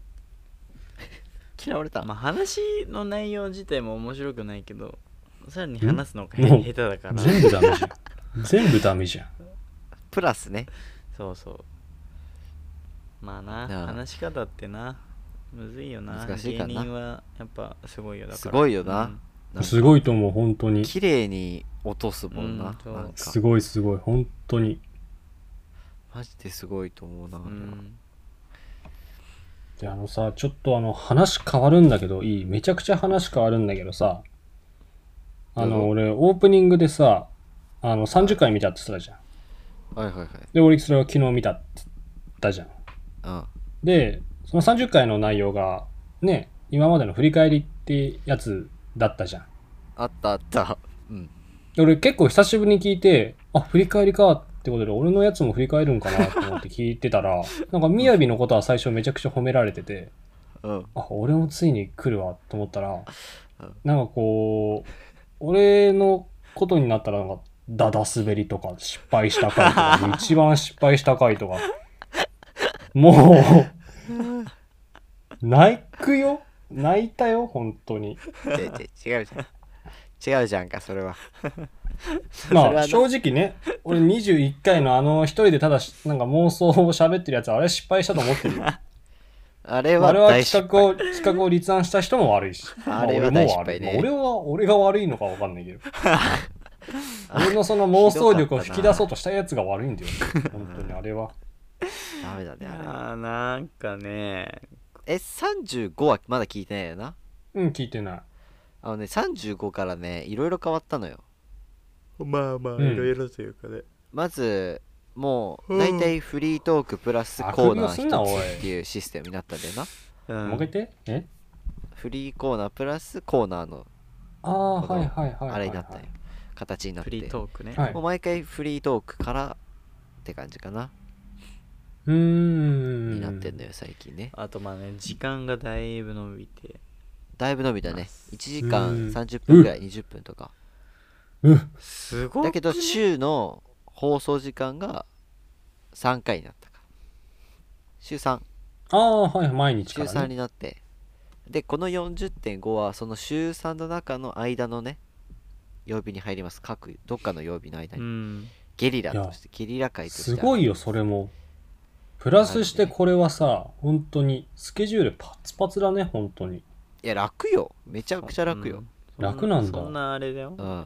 A: 嫌われた。
B: まあ話の内容自体も面白くないけどさらに話すのが
C: もう
B: 下手だから
C: 全部ダメじゃん。全部ダメじゃん。
A: プラスね。
B: そうそうまあな
A: なあ
B: 話し方ってなむずいよな
A: 難しいかな
B: 芸人はやっぱすごいよだから
A: すごいよな
B: うん
A: なんか
C: すごいと思う本当に。
A: 綺麗に落とすもんな、
B: うんそう
A: なんか
C: すごいすごい本当に。
A: マジですごいと思うな、
B: うん
C: であのさちょっとあの話変わるんだけどいい？めちゃくちゃ話変わるんだけどさ、あ
A: どうぞ
C: の俺オープニングでさあのさんじゅっかい見たって言ってたじゃん。
A: はいはいはい。
C: で俺それを昨日見たって言ったじゃん。
A: うん
C: でそのさんじゅっかいの内容がね今までの振り返りってやつだったじゃん。
A: あったあった。うん。
C: で俺結構久しぶりに聞いて、あ振り返りかってことで俺のやつも振り返るんかなと思って聞いてたらなんかみやびのことは最初めちゃくちゃ褒められてて、
A: うん。
C: あ俺もついに来るわと思ったら、
A: うん
C: なんかこう俺のことになったらなんかダダ滑りとか失敗した回とか一番失敗した回とかもう泣くよ泣いたよ本当に。
A: 違う違う違うじゃん違うじゃんかそれは。それ
C: ま
A: はな
C: あ正直ね俺にじゅういっかいのあの一人でただしなんか妄想を喋ってるやつはあれ失敗したと思ってるよ。
A: あれは
C: あれは
A: 大失敗。
C: 企画を企画を立案した人も悪いし、
A: あれは大失敗ね
C: まあ俺も悪いまあ俺は俺が悪いのかわかんないけど俺のその妄想力を引き出そうとしたやつが悪いんだよ、ね、本当にあれは。
A: ダメだねあれ。
B: あーなんかね
A: えさんじゅうごはまだ聞いてないよな。
C: うん聞いてない。
A: あのねさんじゅうごからねいろいろ変わったのよ。
B: まあまあ
C: うん
B: いろいろというかね、
A: まずもう大体フリートークプラス
C: あ
A: コーナ
C: 首をすんなおい
A: ー一つっていうシステムになったんだよな。
B: うん
C: もう一回言ってえ
A: フリーコーナープラスコーナーの
C: ああ
A: この
C: はいはいはいはい、はい、
A: あれになったよ。形になって
B: フリートークね、
C: はい
A: もう毎回フリートークからって感じかな、
C: うーん
A: になってんだよ最近ね。
B: あとまあね時間がだいぶ伸びて
A: だいぶ伸びたね。いちじか
C: うん
A: んさんじゅっぷんぐらいにじゅっぷんとか
C: うん
B: すごい
A: だけど週の放送時間がさんかいになったから週さん
C: ああはい毎日か
A: 週さん
C: らね。
A: になって、でこの よんじゅってんご はその週さんの中の間のね曜日に入ります。各どっかの曜日の間
B: う
A: に
B: ん
A: ゲリラとしてゲリラ会として
C: すごいよそれも。プラスしてこれはさ本当にスケジュールパツパツだね本当に。
A: いや楽よめちゃくちゃ楽よ。
B: う
C: 楽なんだ
B: そんなあれだよ
A: うん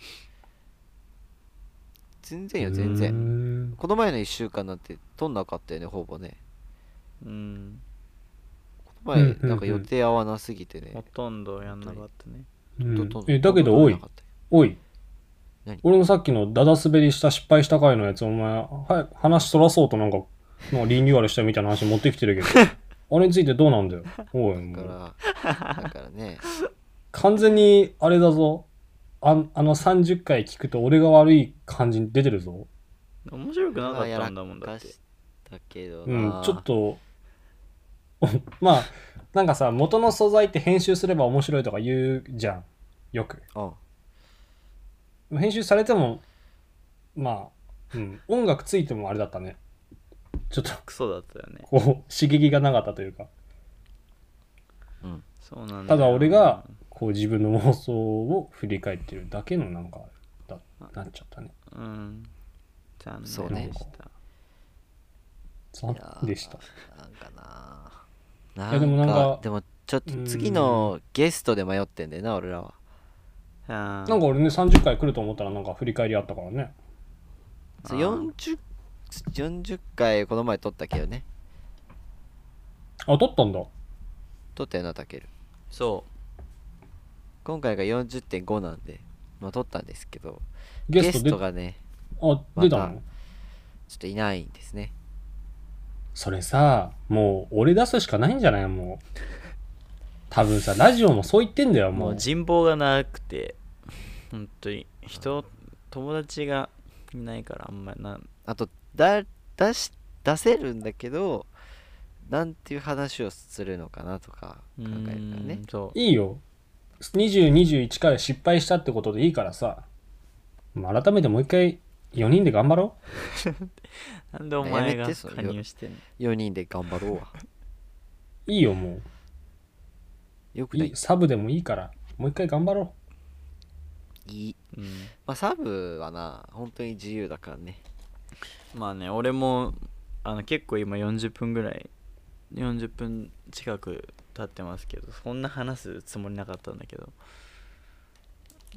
A: 全然よ全然。
C: 然。
A: この前のいっしゅうかんなんて撮んなかったよねほぼね。
B: うん
A: この前
C: うんうんうん
A: なんか予定合わなすぎてね、
B: ほとんどやんなかったね
C: うん
A: とと
C: えだけどおい
A: ほとん撮らなかったよ。
C: おい
A: 何
C: 俺のさっきのダダ滑りした失敗した回のやつお前はい話そらそうとなんかなんかリニューアルしたみたいな話持ってきてるけどあれについてどうなんだよおいも
A: だ
C: う
A: からだからね
C: 完全にあれだぞああのさんじゅっかい聞くと俺が悪い感じに出てるぞ。
B: 面白くなかったんだもんだって
A: やらかしたけど
C: う
A: な、
C: んちょっとまあなんかさ元の素材って編集すれば面白いとか言うじゃんよく。
A: うん
C: 編集されてもまあ、うん、音楽ついてもあれだったねちょっと
B: クソだったよね
C: こう刺激がなかったというか。
A: うん
B: そうなんだよ
C: ただ俺がこう自分の妄想を振り返ってるだけのなんかだなっちゃったね。
B: うん残
A: そうね
B: 念でした
C: 残念でした。
A: なんかななんか
C: いやでもなんか
A: でもちょっと次のゲストで迷ってんだよな俺らは。
B: あー
C: なんか俺ねさんじゅっかい来ると思ったらなんか振り返りあったからね。
A: そうよんじゅう よんじゅっかいこの前撮ったけどね。
C: あ撮ったんだ。
A: 撮ったよなたける。
B: そ
A: 今回が よんじゅってんご なんでまあ撮ったんですけど
C: ゲスト出
A: ゲストがね
C: あ出たの、
A: またちょっといないんですね。
C: それさもう俺出すしかないんじゃないもう多分さラジオもそう言ってんだよ
B: うも
C: もう
B: う人望がなくて本当に人友達がいないからあんまりな
A: あとだ出し出せるんだけどなんていう話をするのかなとか考えるからね。
B: うんそう
C: いいよにじゅう、にじゅういち回失敗したってことでいいからさまあ改めてもう一回よにんで頑張ろ
B: なんでお
A: や
B: 前が
A: めてそれ
B: 加入してんの
A: よにんで頑張ろうわ。
C: う。いいよも
A: よくない
C: ういいサブでもいいからもう一回頑張ろ
A: いい。
B: うん
A: まあサブはな本当に自由だからね。
B: まあね俺もあの結構今よんじゅっぷんぐらいよんじゅっぷん近く経ってますけどそんな話すつもりなかったんだけど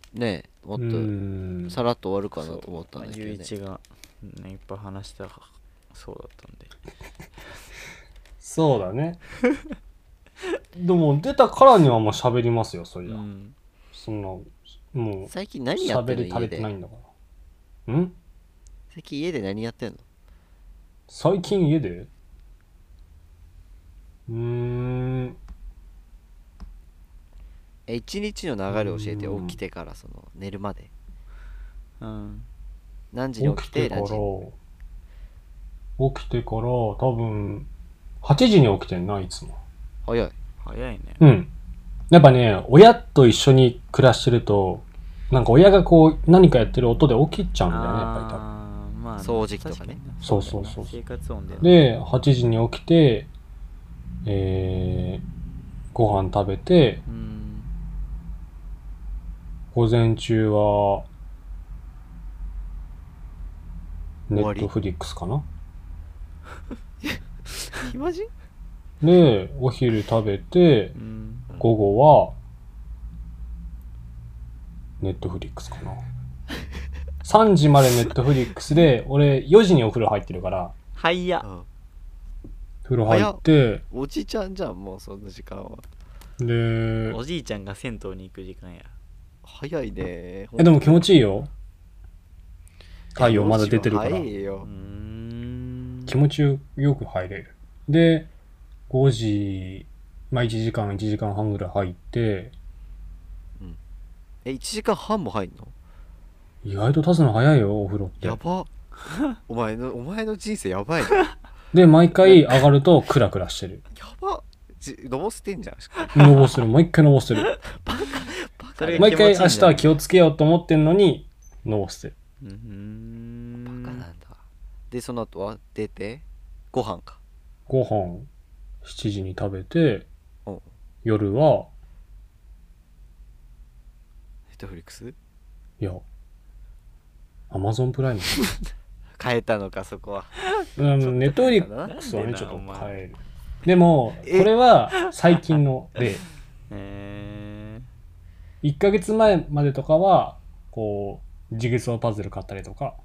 A: ねえもっ
C: う
A: と
C: ん
A: さらっと終わるかなと思ったんだけどね。
B: ゆういちが、ね、いっぱい話したそうだったんで。
C: そうだね。でも出たからにはもう喋りますよ、そりゃ。
B: うん。
C: そんな、もう
A: 最近何やって
C: 喋り足
A: んの家で。
C: りてないんだから。ん
A: 最近家で何やってんの？
C: 最近家でうーん。
A: え一日の流れ教えて。
C: うん
A: 起きてからその寝るまで
B: うん。
A: 何時に起きて
C: から、
A: 何時に
C: 起きてから多分、はちじに起きてんな、いつも。
A: 早い。
B: 早いね。
C: うん。やっぱね、親と一緒に暮らしてると、なんか親がこう何かやってる音で起きちゃうんだよね、やっぱり多分。
B: あーまあ、
A: 掃除機とかね
B: 確に
C: そうそうそう
B: 生活音でね。
C: で、はちじに起きて、えー、ご飯食べて、
B: うん。
C: 午前中は、ネ
A: 終わり
C: ットフリックスかな。
A: 暇人？
C: で、お昼食べて
B: う、ん。
C: 午後は、ネットフリックスかな。さんじまでネットフリックスで、俺よじにお風呂入ってるから、
B: はいや。
A: うん
C: 風呂入って、
A: おじちゃんじゃんもうそんな時間は。
C: で、
B: おじいちゃんが銭湯に行く時間や。
A: 早いね。
C: え、でも気持ちいいよ。太陽まだ出てるから。
A: 早いうよ。
B: ーん。
C: 気持ちよく入れる。で、ごじ、まあいちじかん、いちじかんはんぐらい入って、
A: えいちじかんはんも入んの？
C: 意外と経つの早いよ、お風呂って。
A: やば。お前のお前の人生やばいね。
C: で、毎回上がるとクラクラしてる。
A: やば。じのぼせてんじゃん。しかも
C: のぼせる。もう一回のぼせる。
A: バカ
B: それ
C: 毎回明日は
B: 気
C: 気をつけようと思ってんのに、のぼせてる。
B: うーん。
A: バカなんだ。でその後は出てご飯か。
C: ご飯しちじに食べて、
A: うん
C: 夜は、
A: ネットフリックス
C: いや、アマゾンプライム。
A: 変えたのかそこは。
C: うんネットフリッ
A: な
C: クスはね、
B: なんでな
C: ちょっと
B: お前
C: 変える。でも、こ
A: え
C: れは最近の例。
B: え
C: いっかげつまえまでとかは、こう、ジグソーパズル買ったりとか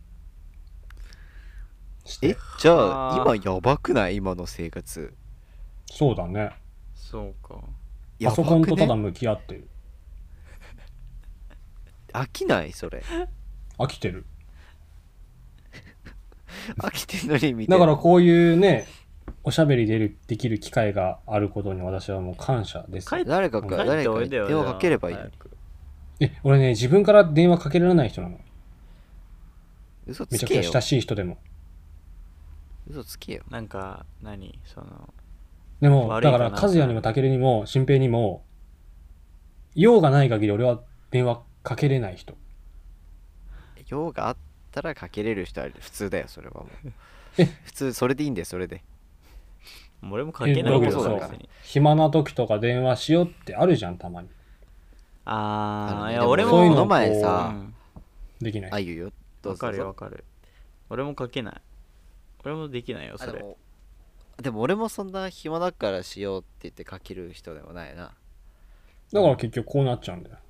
C: して
A: え。じゃあ
B: あー
A: 今やばくない？今の生活
C: そうだね。
B: ー、そうか。
C: パソコンとただ向き合ってる。
A: 飽きないそれ。
C: 飽きてる。
A: 飽きてんのに見て
C: だ
A: る。
C: からこういうね、おしゃべりでるできる機会があることに私はもう感謝ですよ。
B: 帰っ
A: 誰か
C: 帰って
A: か誰かに
B: おいでよ
A: 電話かければいいのに。
B: 早く
C: え、俺ね、自分から電話かけられない人なの。
A: 嘘
C: めち
A: つけよ。
C: ゃくちゃ親しい人でも。
A: 嘘つけよ。
B: なんか何その
C: でも、だから、
B: 悪いかな
C: 和也にも武尊にも、新平にも、用がない限り俺は電話かけれない人。
A: 用があったらかけれる人は普通だよそれはもう。
C: え
A: 普通それでいいんだよそれで。
B: 俺もかけないけど
C: えだけどさ
A: そうだね
B: 別に
C: 暇な時とか電話しようってあるじゃん、たまに。
B: あーい
A: あのねでも
B: や俺も
C: そういうの
A: この前
B: う
A: さ、
B: ん
C: できない。
A: あゆよどうぞ
B: わかるよ
A: どうぞ。
B: わかる俺もかけない俺もできないよそれ
A: あでもでも俺もそんな暇だからしようって言ってかける人でもないな。
C: だから結局こうなっちゃうんだよ。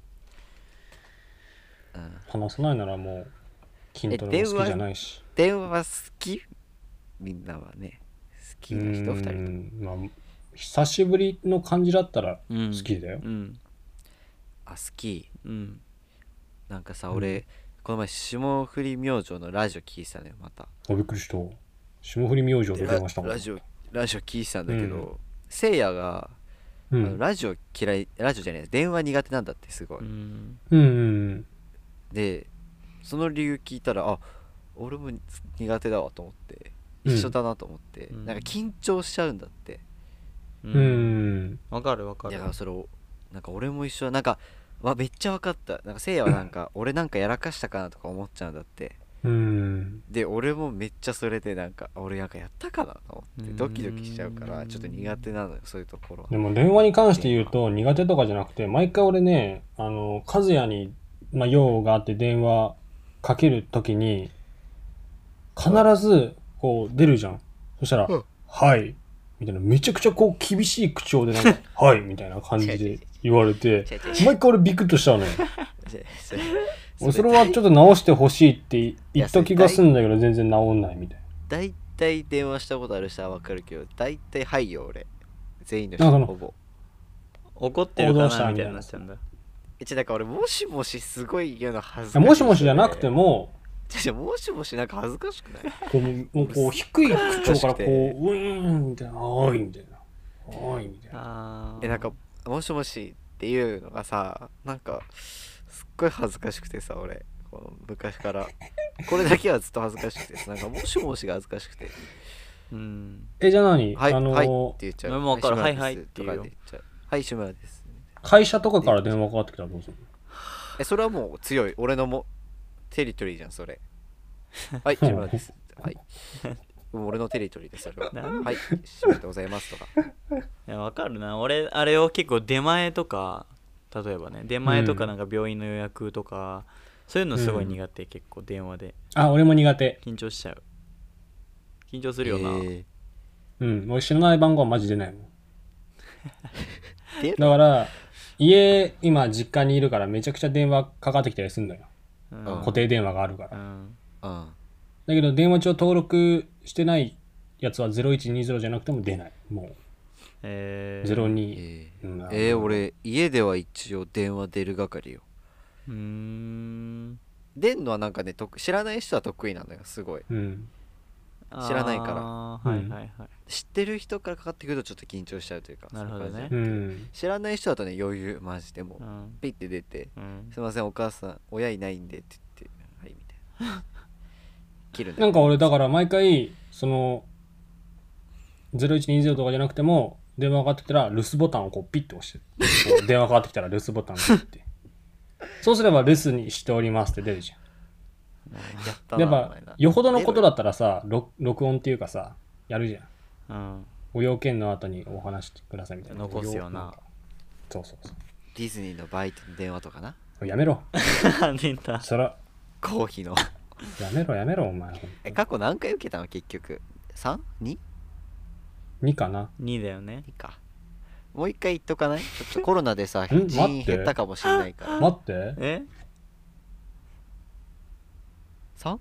A: うん、
C: 話さないならもう、筋トレも好きじゃないし。
A: 電話好き？みんなはね好きな人
C: う
A: ふたりとも。
C: んまあ、久しぶりの感じだったら
B: うん
C: 好きだよ。
B: うん
A: あ好き。
B: うん
A: なんかさ、
C: うん
A: 俺この前霜降り明星のラジオ聞いてたのよまた。
C: あ、びっくりした。霜降り明星と
A: で
C: 電話したもん。
A: ララジオラジオ聞いてたんだけど、
C: うん
A: せいやが、
C: うん。
A: あのラジオ嫌いラジオじゃない電話苦手なんだってすごい、
B: うん
C: うんうん
A: でその理由聞いたらあ俺も苦手だわと思って
C: うん
A: 一緒だなと思って、
B: うん
A: なんか緊張しちゃうんだって。
B: う
C: うん。うんん。
B: わかるわかる
A: だからそれをなんか俺も一緒だなんかわめっちゃ分かった。なんかせいやはなんか俺なんかやらかしたかなとか思っちゃうんだって。
C: うん。
A: で俺もめっちゃそれでなんか俺なんかやったかなと思ってドキドキしちゃうからちょっと苦手なのよそういうところは。
C: でも電話に関して言うと苦手とかじゃなくて、毎回俺ね、あの、和也に、まあ、用があって電話かけるときに、必ず、こう、出るじゃん。そしたら、
A: うん
C: はい。みたいな、めちゃくちゃこう、厳しい口調でなんか、はい。みたいな感じで言われて、
A: 違う違う
C: 毎回俺ビクッとしちゃうのよ。
A: じゃそれ
C: 俺それはちょっと直してほしいって言った気がするんだけど全然直んないみたいな。
A: 大体電話したことある人は分かるけど、大体はいよ俺。全員の
C: あその
A: 人ほぼ。
B: 怒ってるか
C: 行動した
B: なみ
C: みたいな
B: たいになっちゃうんだ。
A: え、ちょ、なんか俺、もしもしすごい言うの恥ずかしい。
C: もしもしじゃなくて
A: も。
C: も
A: ちょ、もしもしなんか恥ずかしくない？
C: こうもうこう低い口調からこう
A: 難しくて
C: ウィーンみたいなおーいみたいなおーいみたいな。
B: あー
A: え、なんか、もしもしっていうのがさ、なんか、すっごい恥ずかしくてさ、俺。この昔から。これだけはずっと恥ずかしくてさ、なんか、もしもしが恥ずかしくて。
B: うん。
C: えじゃあ何、
A: はい、
C: あのー
A: はいって言っちゃう。
B: 俺も分かる
A: 志村です
B: はいはいって言うよ
A: とかで言っちゃう。はい、志村です。
C: 会社とかから電話かかってきたらどうするの？
A: え、それはもう強い。俺のもテリトリーじゃん、それ。はい、志村です。はい。もう俺のテリトリーです、それは。
B: なん
A: はい、志村でございますとか。
B: いや分かるな。俺あれを結構出前とか、例えばね出前とかなんか病院の予約とか、そういうのすごい苦手、結構電話で
C: あ俺も苦手。
B: 緊張しちゃう。緊張するよな、
A: え
C: うん俺知らない番号はマジ出ないもん。
A: ー、で
C: だから家今実家にいるからめちゃくちゃ電話かかってきたりするんだよ。
B: うん
C: 固定電話があるから。
B: うん
A: うん。
C: だけど電話帳登録してないやつはゼロいちにゼロじゃなくても出ない。もう
B: えー、
C: ゼロに。
A: えー
C: うん
A: えー、俺、家では一応電話出る係よ。
B: うーん
A: 出んのはなんかね、と知らない人は得意なんだよ、すごい。
C: うん
A: 知らないから
B: あーはいはいはい、
A: 知ってる人からかかってくるとちょっと緊張しちゃうというか。
B: なるほどね
A: そんな感じ
C: うん
A: 知らない人だとね、余裕、マジでもう。
B: うん
A: ピッて出て、
B: うん
A: すいません、お母さん、親いないんでって言って、はい、みたいな。切るんだよ
C: なんか俺だから毎回そのゼロいちにゼロとかじゃなくても電話かかってきたら留守ボタンをこうピッて押してこう電話かかってきたら留守ボタンをピッてそうすれば留守にしておりますって出るじゃ
A: やったな、
C: ん。やっぱ
A: お前な
C: よほどのことだったらさ録録音っていうかさやるじゃん。
B: うん
C: ご用件の後にお話しくださいみたいな。
B: 残すよな
C: なんかそうそうそ
A: ディズニーのバイトの電話とかな。
C: うやめろ
B: 出た
C: そら
A: コーヒーの。
C: やめろやめろお前
A: え、過去何回受けたの結局。さん？ に？
C: にかな。
B: にだよね。
A: にか。もう一回言っとかない？ちょっとコロナでさ、
C: ん
A: 人
C: 待って
A: 員減ったかもしれないから。
C: 待って
B: え
A: さん？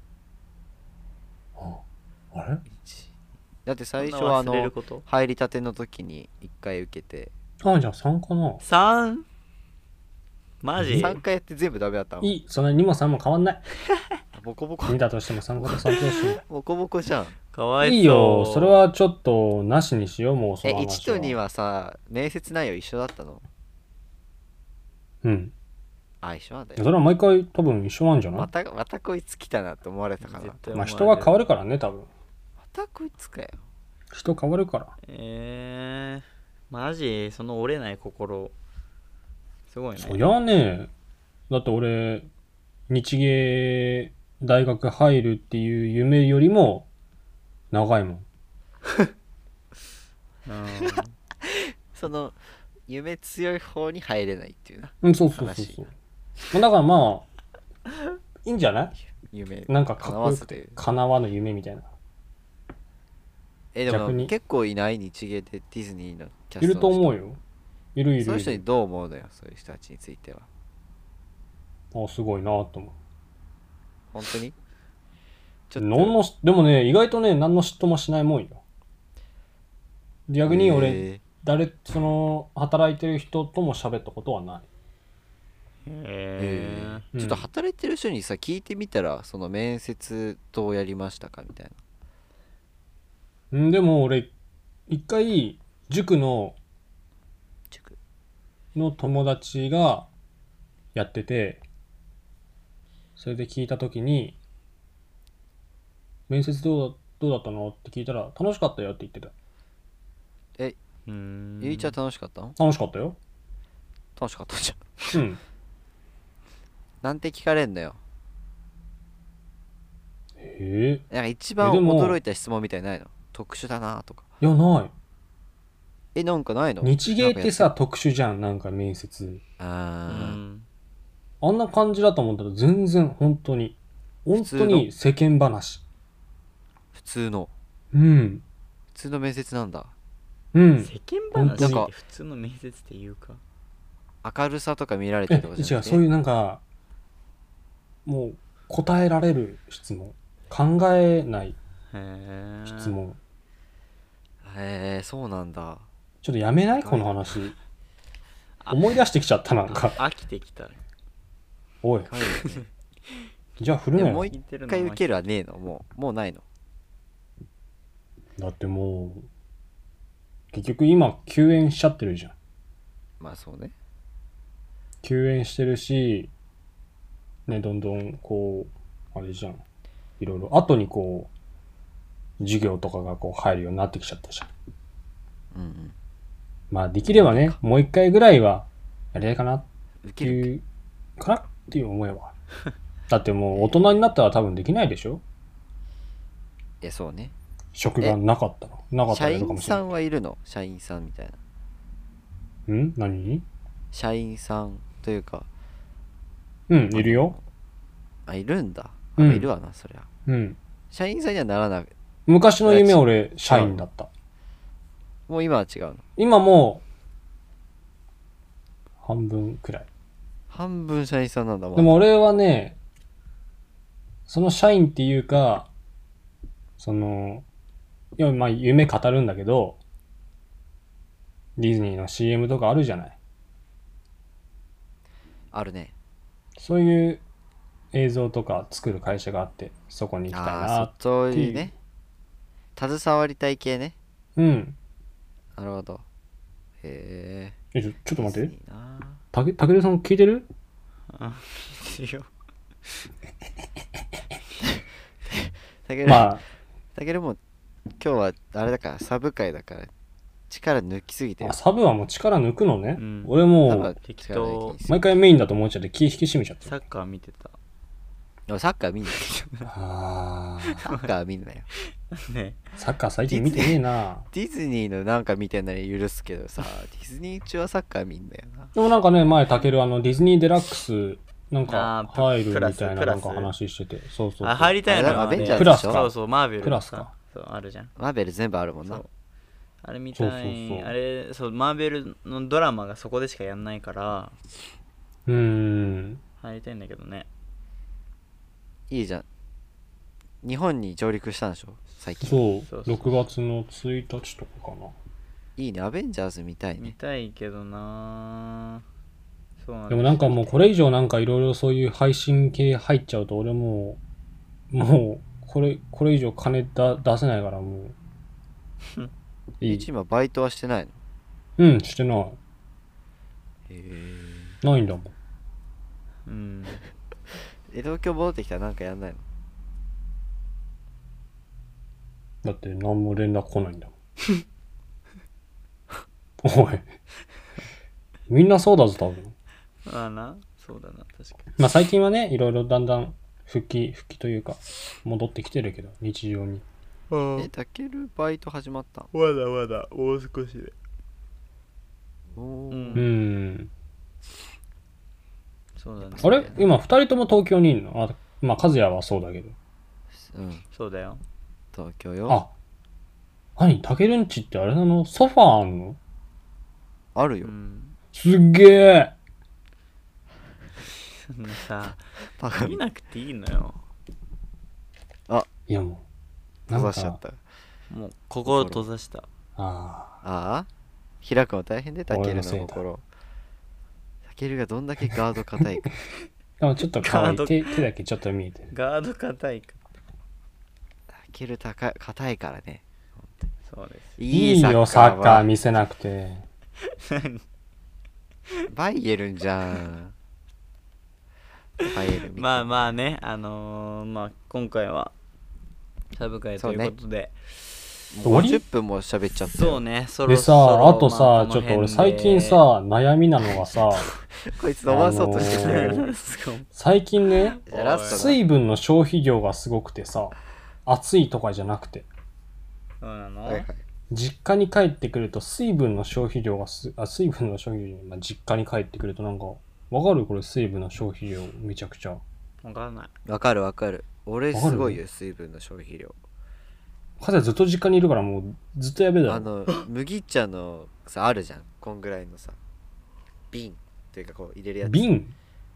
C: あれ
A: だって最初
B: そんな忘れ
A: はあの
B: ること
A: 入りたての時にいっかい受けて
C: あじゃあさんかな。
B: さん? マジ
A: さんかいやって全部ダメだったの。
C: いいそのにもさんも変わんない。
A: ボコボコ
C: にだとしてもさんかとさんとしても
A: ボコボコじゃん。
B: かわいそう。
C: いいよ、それはちょっとなしにしよう、もうそ
A: え
C: の話
A: いちとにはさ面接内容一緒だったの？
C: うん。
A: あ、一緒なんだ
C: そ
A: よ。
C: れは毎回多分一緒なんじゃない？
A: またまたこいつ来たなと思われたかな。
B: 絶対
C: まあ
B: 思われる
C: 人は変わるからね、多分。
A: またこいつかよ。
C: 人変わるから。
B: えー、マジその折れない心。すごいね。
C: そりゃね、だって俺、日芸大学入るっていう夢よりも長いもん。
B: うん
A: その夢強い方に入れないっていうな
C: うん、そうそうそうそう。まあだからまあ、いいんじゃない？
A: 夢。
C: なんかかっこよくて
A: 叶わせて、
C: 叶わぬ夢みたいな。
A: えでも
C: 逆に
A: 結構いない日芸でディズニーのキャストの人
C: いると思うよ。いるい
A: そういう人に
C: るいる。
A: どう思うのよ、そういう人たちについては。
C: あ、すごいなと思う。
A: 本当にちょっと
C: 何のでもね意外とね何の嫉妬もしないもんよ。逆に俺、
A: え
C: 誰その働いてる人とも喋ったことはない。
A: ー
B: えー
A: えーちょっと働いてる人にさ聞いてみたら、その面接どうやりましたかみたいな。
C: んでも俺一回塾の
A: 塾
C: の友達がやってて、それで聞いた時に面接どうだどうだったのって聞いたら楽しかったよって言ってた。
A: え、
B: うーん
A: ゆいちゃん楽しかったの？
C: 楽しかったよ。
A: 楽しかったじゃん。
C: うん。
A: なんて聞かれんのよ。
C: え
A: なんか一番
C: えでも
A: 驚いた質問みたいなのないの？特殊だなとか。
C: ー、いやない。
A: え、なんかないの？
C: 日芸って
A: なん
C: さ特殊じゃん、なんか面接。
A: かやって
B: う
A: あ
B: ん
C: あんな感じだと思ったら全然本当に本当に世間話。
A: ー普通の
C: うん
A: 普通の面接なんだ。
C: うん。
B: 世間話
A: なんか
B: って普通の面接っていうか。
A: 明るさとか見られて
C: え
A: るとかじゃなくて。
C: 違うそういうなんかもう答えられる質問、考えない
B: へえ
C: 質問。
A: へえ、そうなんだ。
C: ちょっとやめないこの話。思い出してきちゃったなんか。
B: 飽きてきた。
C: おい、
A: 深いよね。
C: じゃあ振るなよ。
A: でももう一回受けるはねえの？もうもうないの？
C: だってもう結局今休園しちゃってるじゃん。
A: まあそうね。
C: 休園してるし、ね、どんどんこうあれじゃん。いろいろ後にこう授業とかがこう入るようになってきちゃったじゃん。
A: うんうん。
C: まあできればね、もう一回ぐらいはやりたいかなって
A: 受ける。
C: いうかなっていう思いは。だってもう大人になったら多分できないでしょ。
A: いや、そうね。
C: 職がなかったらなかった
A: 社
C: らやるか
A: 員さ
C: もしれない。
A: んはいるの？社員さんみたいな。
C: ん何？
A: 社員さんというか。
C: うんいるよ。
A: あ、いるんだ。あ、
C: うん
A: いるわな、そりゃ。
C: うん。
A: 社員さんにはならない。
C: 昔の夢俺社員だった。
A: もう今は違うの？
C: 今もう半分くらい。
A: 半分社員さんなんだもん。
C: でも俺はね、その社員っていうか、その、いやまあ夢語るんだけど、ディズニーの シーエム とかあるじゃない。
A: あるね。
C: そういう映像とか作る会社があって、そこに行きたい
A: あ
C: な
A: あ、そそう
C: っていう。
A: いうね。携わりたい系ね。
C: うん。
A: なるほど。へ
C: え、ちょ、ちょっと
A: え。
C: 待って。
A: いいな。
C: たけ、たけるさん聞いてる？
B: あいいよ。
A: たける、
C: ま
A: たけるも今日はあれだから、サブ会だから、力抜きすぎて
C: あ、
A: る。
C: あサブはもう力抜くのね。
B: うん
C: 俺
A: サブ
C: もう、
A: は力抜きすぎて
C: 毎回メインだと思っちゃって気引き締めちゃってる。
B: サッカー見てた。
A: る。サッカー見んなよ。
C: あー
A: サッカー見んなよ。
B: ね。
C: サッカー最近見てねえな。
A: ディズニーのなんか見てんなら許すけどさ、ディズニー中はサッカー見んだよな。
C: でもなんかね、前たけるあのディズニーデラックスなんか
B: あープ
C: 入る
B: プラス
C: みたいな
B: プラス
C: なんか話してて。そうそうそう。
B: あ、入りたいのよ。
A: あアベンジャー
C: ズでしょ
B: そうそう、マーベルのさ
C: プラスか。
B: そう、あるじゃん。
A: マーベル全部あるもんな
B: そう。あれみたい。
C: そうそうそう
B: あれ、そう、マーベルのドラマがそこでしかやんないから、
C: うーん。
B: 入りたいんだけどね。
A: いいじゃん。日本に上陸したんでしょ最近。
C: そう
B: そうそう
C: ろくがつのついたちとかかな。
A: いいね、アベンジャーズ見たい
B: 見
A: ね。
B: たいけどな。そうなんだ
C: でもなんかもうこれ以上なんかいろいろそういう配信系入っちゃうと俺もうもうこれこれ以上金だ出せないからもういい。
A: 一今バイトはしてないの？
C: うんしてない。
A: へえ。
C: ないんだもん。
B: うん。
A: え、東京戻ってきたらなんかやんないの？
C: だって何も連絡来ないんだもん。おい。みんなそうだぞ多分。
B: まあな、そうだな、確か
C: まあ最近はねいろいろだんだん復帰復帰というか戻ってきてるけど日常に。
A: え、たけるバイト始まった
B: に。まだまだ、もう少しで。
A: の？おー。
B: うん
C: うーん。
B: そうだね。
C: あれ今ふたりとも東京にいるの？あ、まあ和也はそうだけど。
A: うん、
B: そうだよ。
A: 東京よ。
C: あ、何たけるんちってあれなの？ソファーあんの？
A: あるよ。
B: うん。
C: すっげえ。
B: そんなさ、
A: バカ
B: 見なくていいのよ。
C: いやもうなんか
A: 閉ざしちゃった。
B: もう、心閉ざした。
C: あ
A: ああ、開くの大変で、たけるの
C: 俺のせいだ
A: 心。たけるがどんだけガード硬いか。
C: あ。でもちょっと可愛い
B: ガード
C: 手手だけちょっと見えてる。
B: ガード硬いか。
A: たける高い硬いからね。
B: そうです。
C: いいよサッカー見せなくて。
A: バイエルンじゃん。バイエルンみたいな。
B: まあまあね、あのー、まあ今回はサブ会ということで、
A: もう
C: 終わり
A: ごじゅっぷんも喋っちゃったよ。
B: そうね、そ
C: でさ
B: ろそろ
C: あとさ、
B: まあ
C: ちょっと俺
B: この辺で
C: 最近さ悩みなのがさ
A: こいつ伸ばそうとしてきたよ。
C: あのー最近ね
A: じゃあラストだ。
C: 水分の消費量がすごくてさ暑いとかじゃなくて
B: そうなの、
A: はいはい。
C: 実家に帰ってくると水分の消費量がすあ水分の消費量、まあ、実家に帰ってくるとなんかわかる？これ水分の消費量めちゃくちゃ
B: わかんない。
A: わかるわかる。俺
C: わかる
A: すごいよ、水分の消費量。
C: かずずっと実家にいるからもうずっとやべえだろ。
A: あの、麦茶のさ、あるじゃん。こんぐらいのさ、瓶っていうかこう入れるやつ。
C: 瓶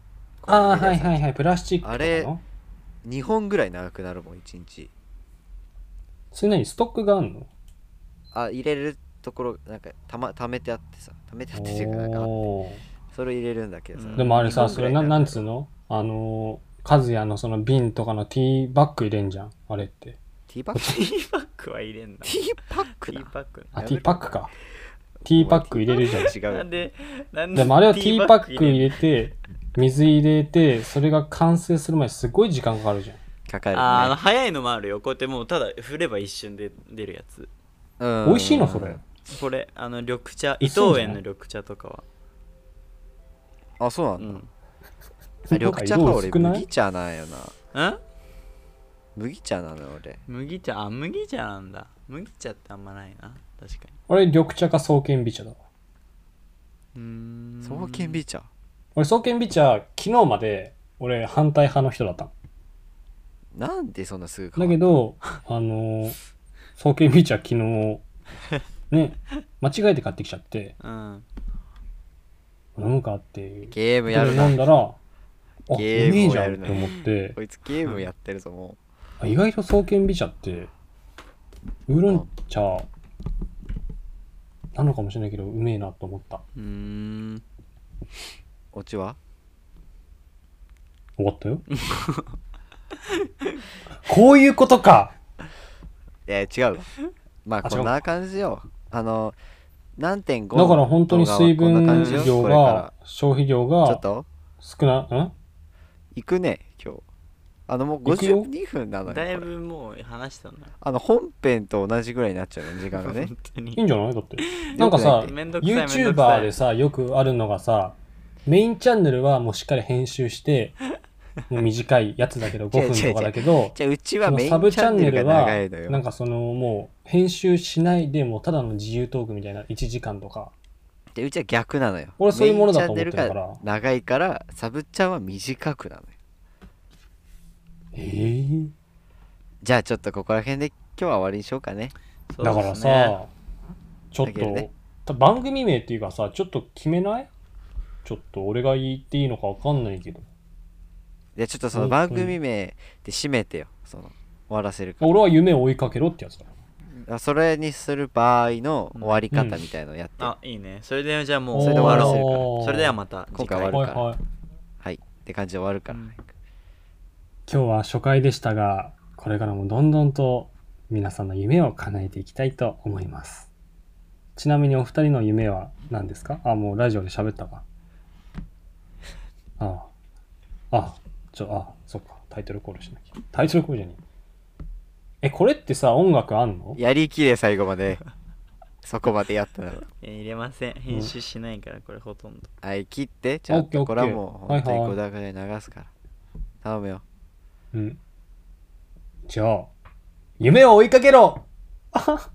C: ああ、
A: 入れるやつ
C: はいはいはい。プラスチックとか
A: あれ
C: の
A: にほんぐらい長くなるもんいちにち。
C: それ何ストックがあるの？
A: あ、入れるところなんかたま貯めてあってさ、貯めてあってっていうかなんか
C: おー
A: それ入れるんだけどさ、
B: うん
C: でもあれさ、
A: にほんぐらい
C: それななんつう
A: の
C: のあのー、カズヤのその瓶とかのティーバッグ入れんじゃん。あれって。
A: ティーバッグ
B: ティーバッグは入れんな。
A: ティーパック
B: ティ
A: な
B: ーパック
C: あ、
A: やめろ
C: ティーパックか。ティーパック入れるじゃん。
A: 違うよ
B: なんで、なんで
C: でもあれはティーパック入
B: れ
C: れて、水入れて、それが完成するまですごい時間かかるじゃん。
A: かかるね。
B: あーあの早いのもあるよ。こうやってもうただ振れば一瞬で出るやつ。
A: うん
C: 美味しいのそれ。
B: これ、あの緑茶、伊
C: 嘘じゃん
B: 藤園の緑茶とかは。
A: あ、そうなんだ。
B: うん。
A: あ緑茶か俺
C: 色薄くない
A: 麦茶なんよな。
B: ん
A: 麦茶なのよ俺。
B: 麦茶、あ、麦茶なんだ。麦茶ってあんまないな。確かに。
C: 俺、緑茶か爽健美茶だわ。
B: うーん。
A: 爽健美茶。
C: 俺、爽健美茶、昨日まで、俺、反対派の人だったの。
A: なんでそんなすぐ
C: だ
A: 変わる
C: けど、あのー、爽健美茶昨日、ね、間違えて買ってきちゃって、
B: うん。
C: 飲むかっていう。
A: ゲーム
C: で
A: やるな
C: 飲んだら、あ、う
A: ゲームを
C: めえじゃ
A: やるな
C: んって思って
A: こ、いつゲームやってるぞも
C: あ意外と爽健美茶って、ウーロン茶なのかもしれないけど、うめえなと思った。
B: うーん。
A: う。オチは
C: 終わったよ。こういうことか。
A: いや違うわ。まあ
C: あ
A: こんな感じよ。あの何点ご
C: だから本当に水分
A: こんな感じよ
C: 量
A: これから
C: が、消費量
A: ちょっ
C: が
A: と
C: 少な、ん
A: 行くね今日。あのもう
C: 行くよ
A: ごじゅうにふんなのよ
B: だい
A: これ。
B: ぶもう話したのよ。
A: あの本編と同じぐらいになっちゃうの時間がね。
B: 本当に
C: いいんじゃないだって。なんかさ、
B: めんどくさいめんどくさい
C: YouTuber でさ、よくあるのがさ、メインチャンネルはもうしっかり編集して、もう短いやつだけど、ごふんとかだけど、
A: じゃあうちは
C: その
A: メイ
C: サブチャン
A: ンチャンネ
C: ネルは
A: ルが長いの、よ。
C: なんかそのもう編集しないでもうただの自由トークみたいないちじかんとか。
A: でうちは逆なのよ。
C: 俺そういうものだと思ってるから
A: メインチャンネルが長いからサブチャンは短くなのよ。
C: えー、
A: じゃあちょっとここら辺で今日は終わりにしようかね。
B: そう
C: だから
B: ですね
C: さ、ちょっ
A: だけどね
C: と、番組名っていうかさ、ちょっと決めない？ちょっと俺が言っていいのかわかんないけど。
A: でちょっとその番組名で締めてよ。その終わらせるか
C: 俺は夢を追いかけろってやつだ。
A: ら。それにする場合の終わり方みたいのをやって。
B: あ、いいね。それでじゃあもう
A: それで終わらせるから
C: おー
B: それではまた
A: 今
B: 次回
A: 回終わるから
C: はいはい。
A: はい。って感じで終わるから。
B: うん
C: 今日は初回でしたが、これからもどんどんと皆さんの夢を叶えていきたいと思います。ちなみにお二人の夢は何ですか？あ、もうラジオで喋ったわ。ああ。あ、ちょ、あ、そっか。タイトルコールしなきゃ。タイトルコールじゃねえ。え、これってさ、音楽あんの？
A: やりきれ最後まで。そこまでやったなら。
B: いや入れません。編集しないからこれほとんど。
A: はい、切って。ちゃん
C: オッケーオッケー
A: とこれはもう本当に
C: はいはい
A: ごだくで流すから。頼むよ。
C: うん。じゃあ、夢を追いかけろあはっ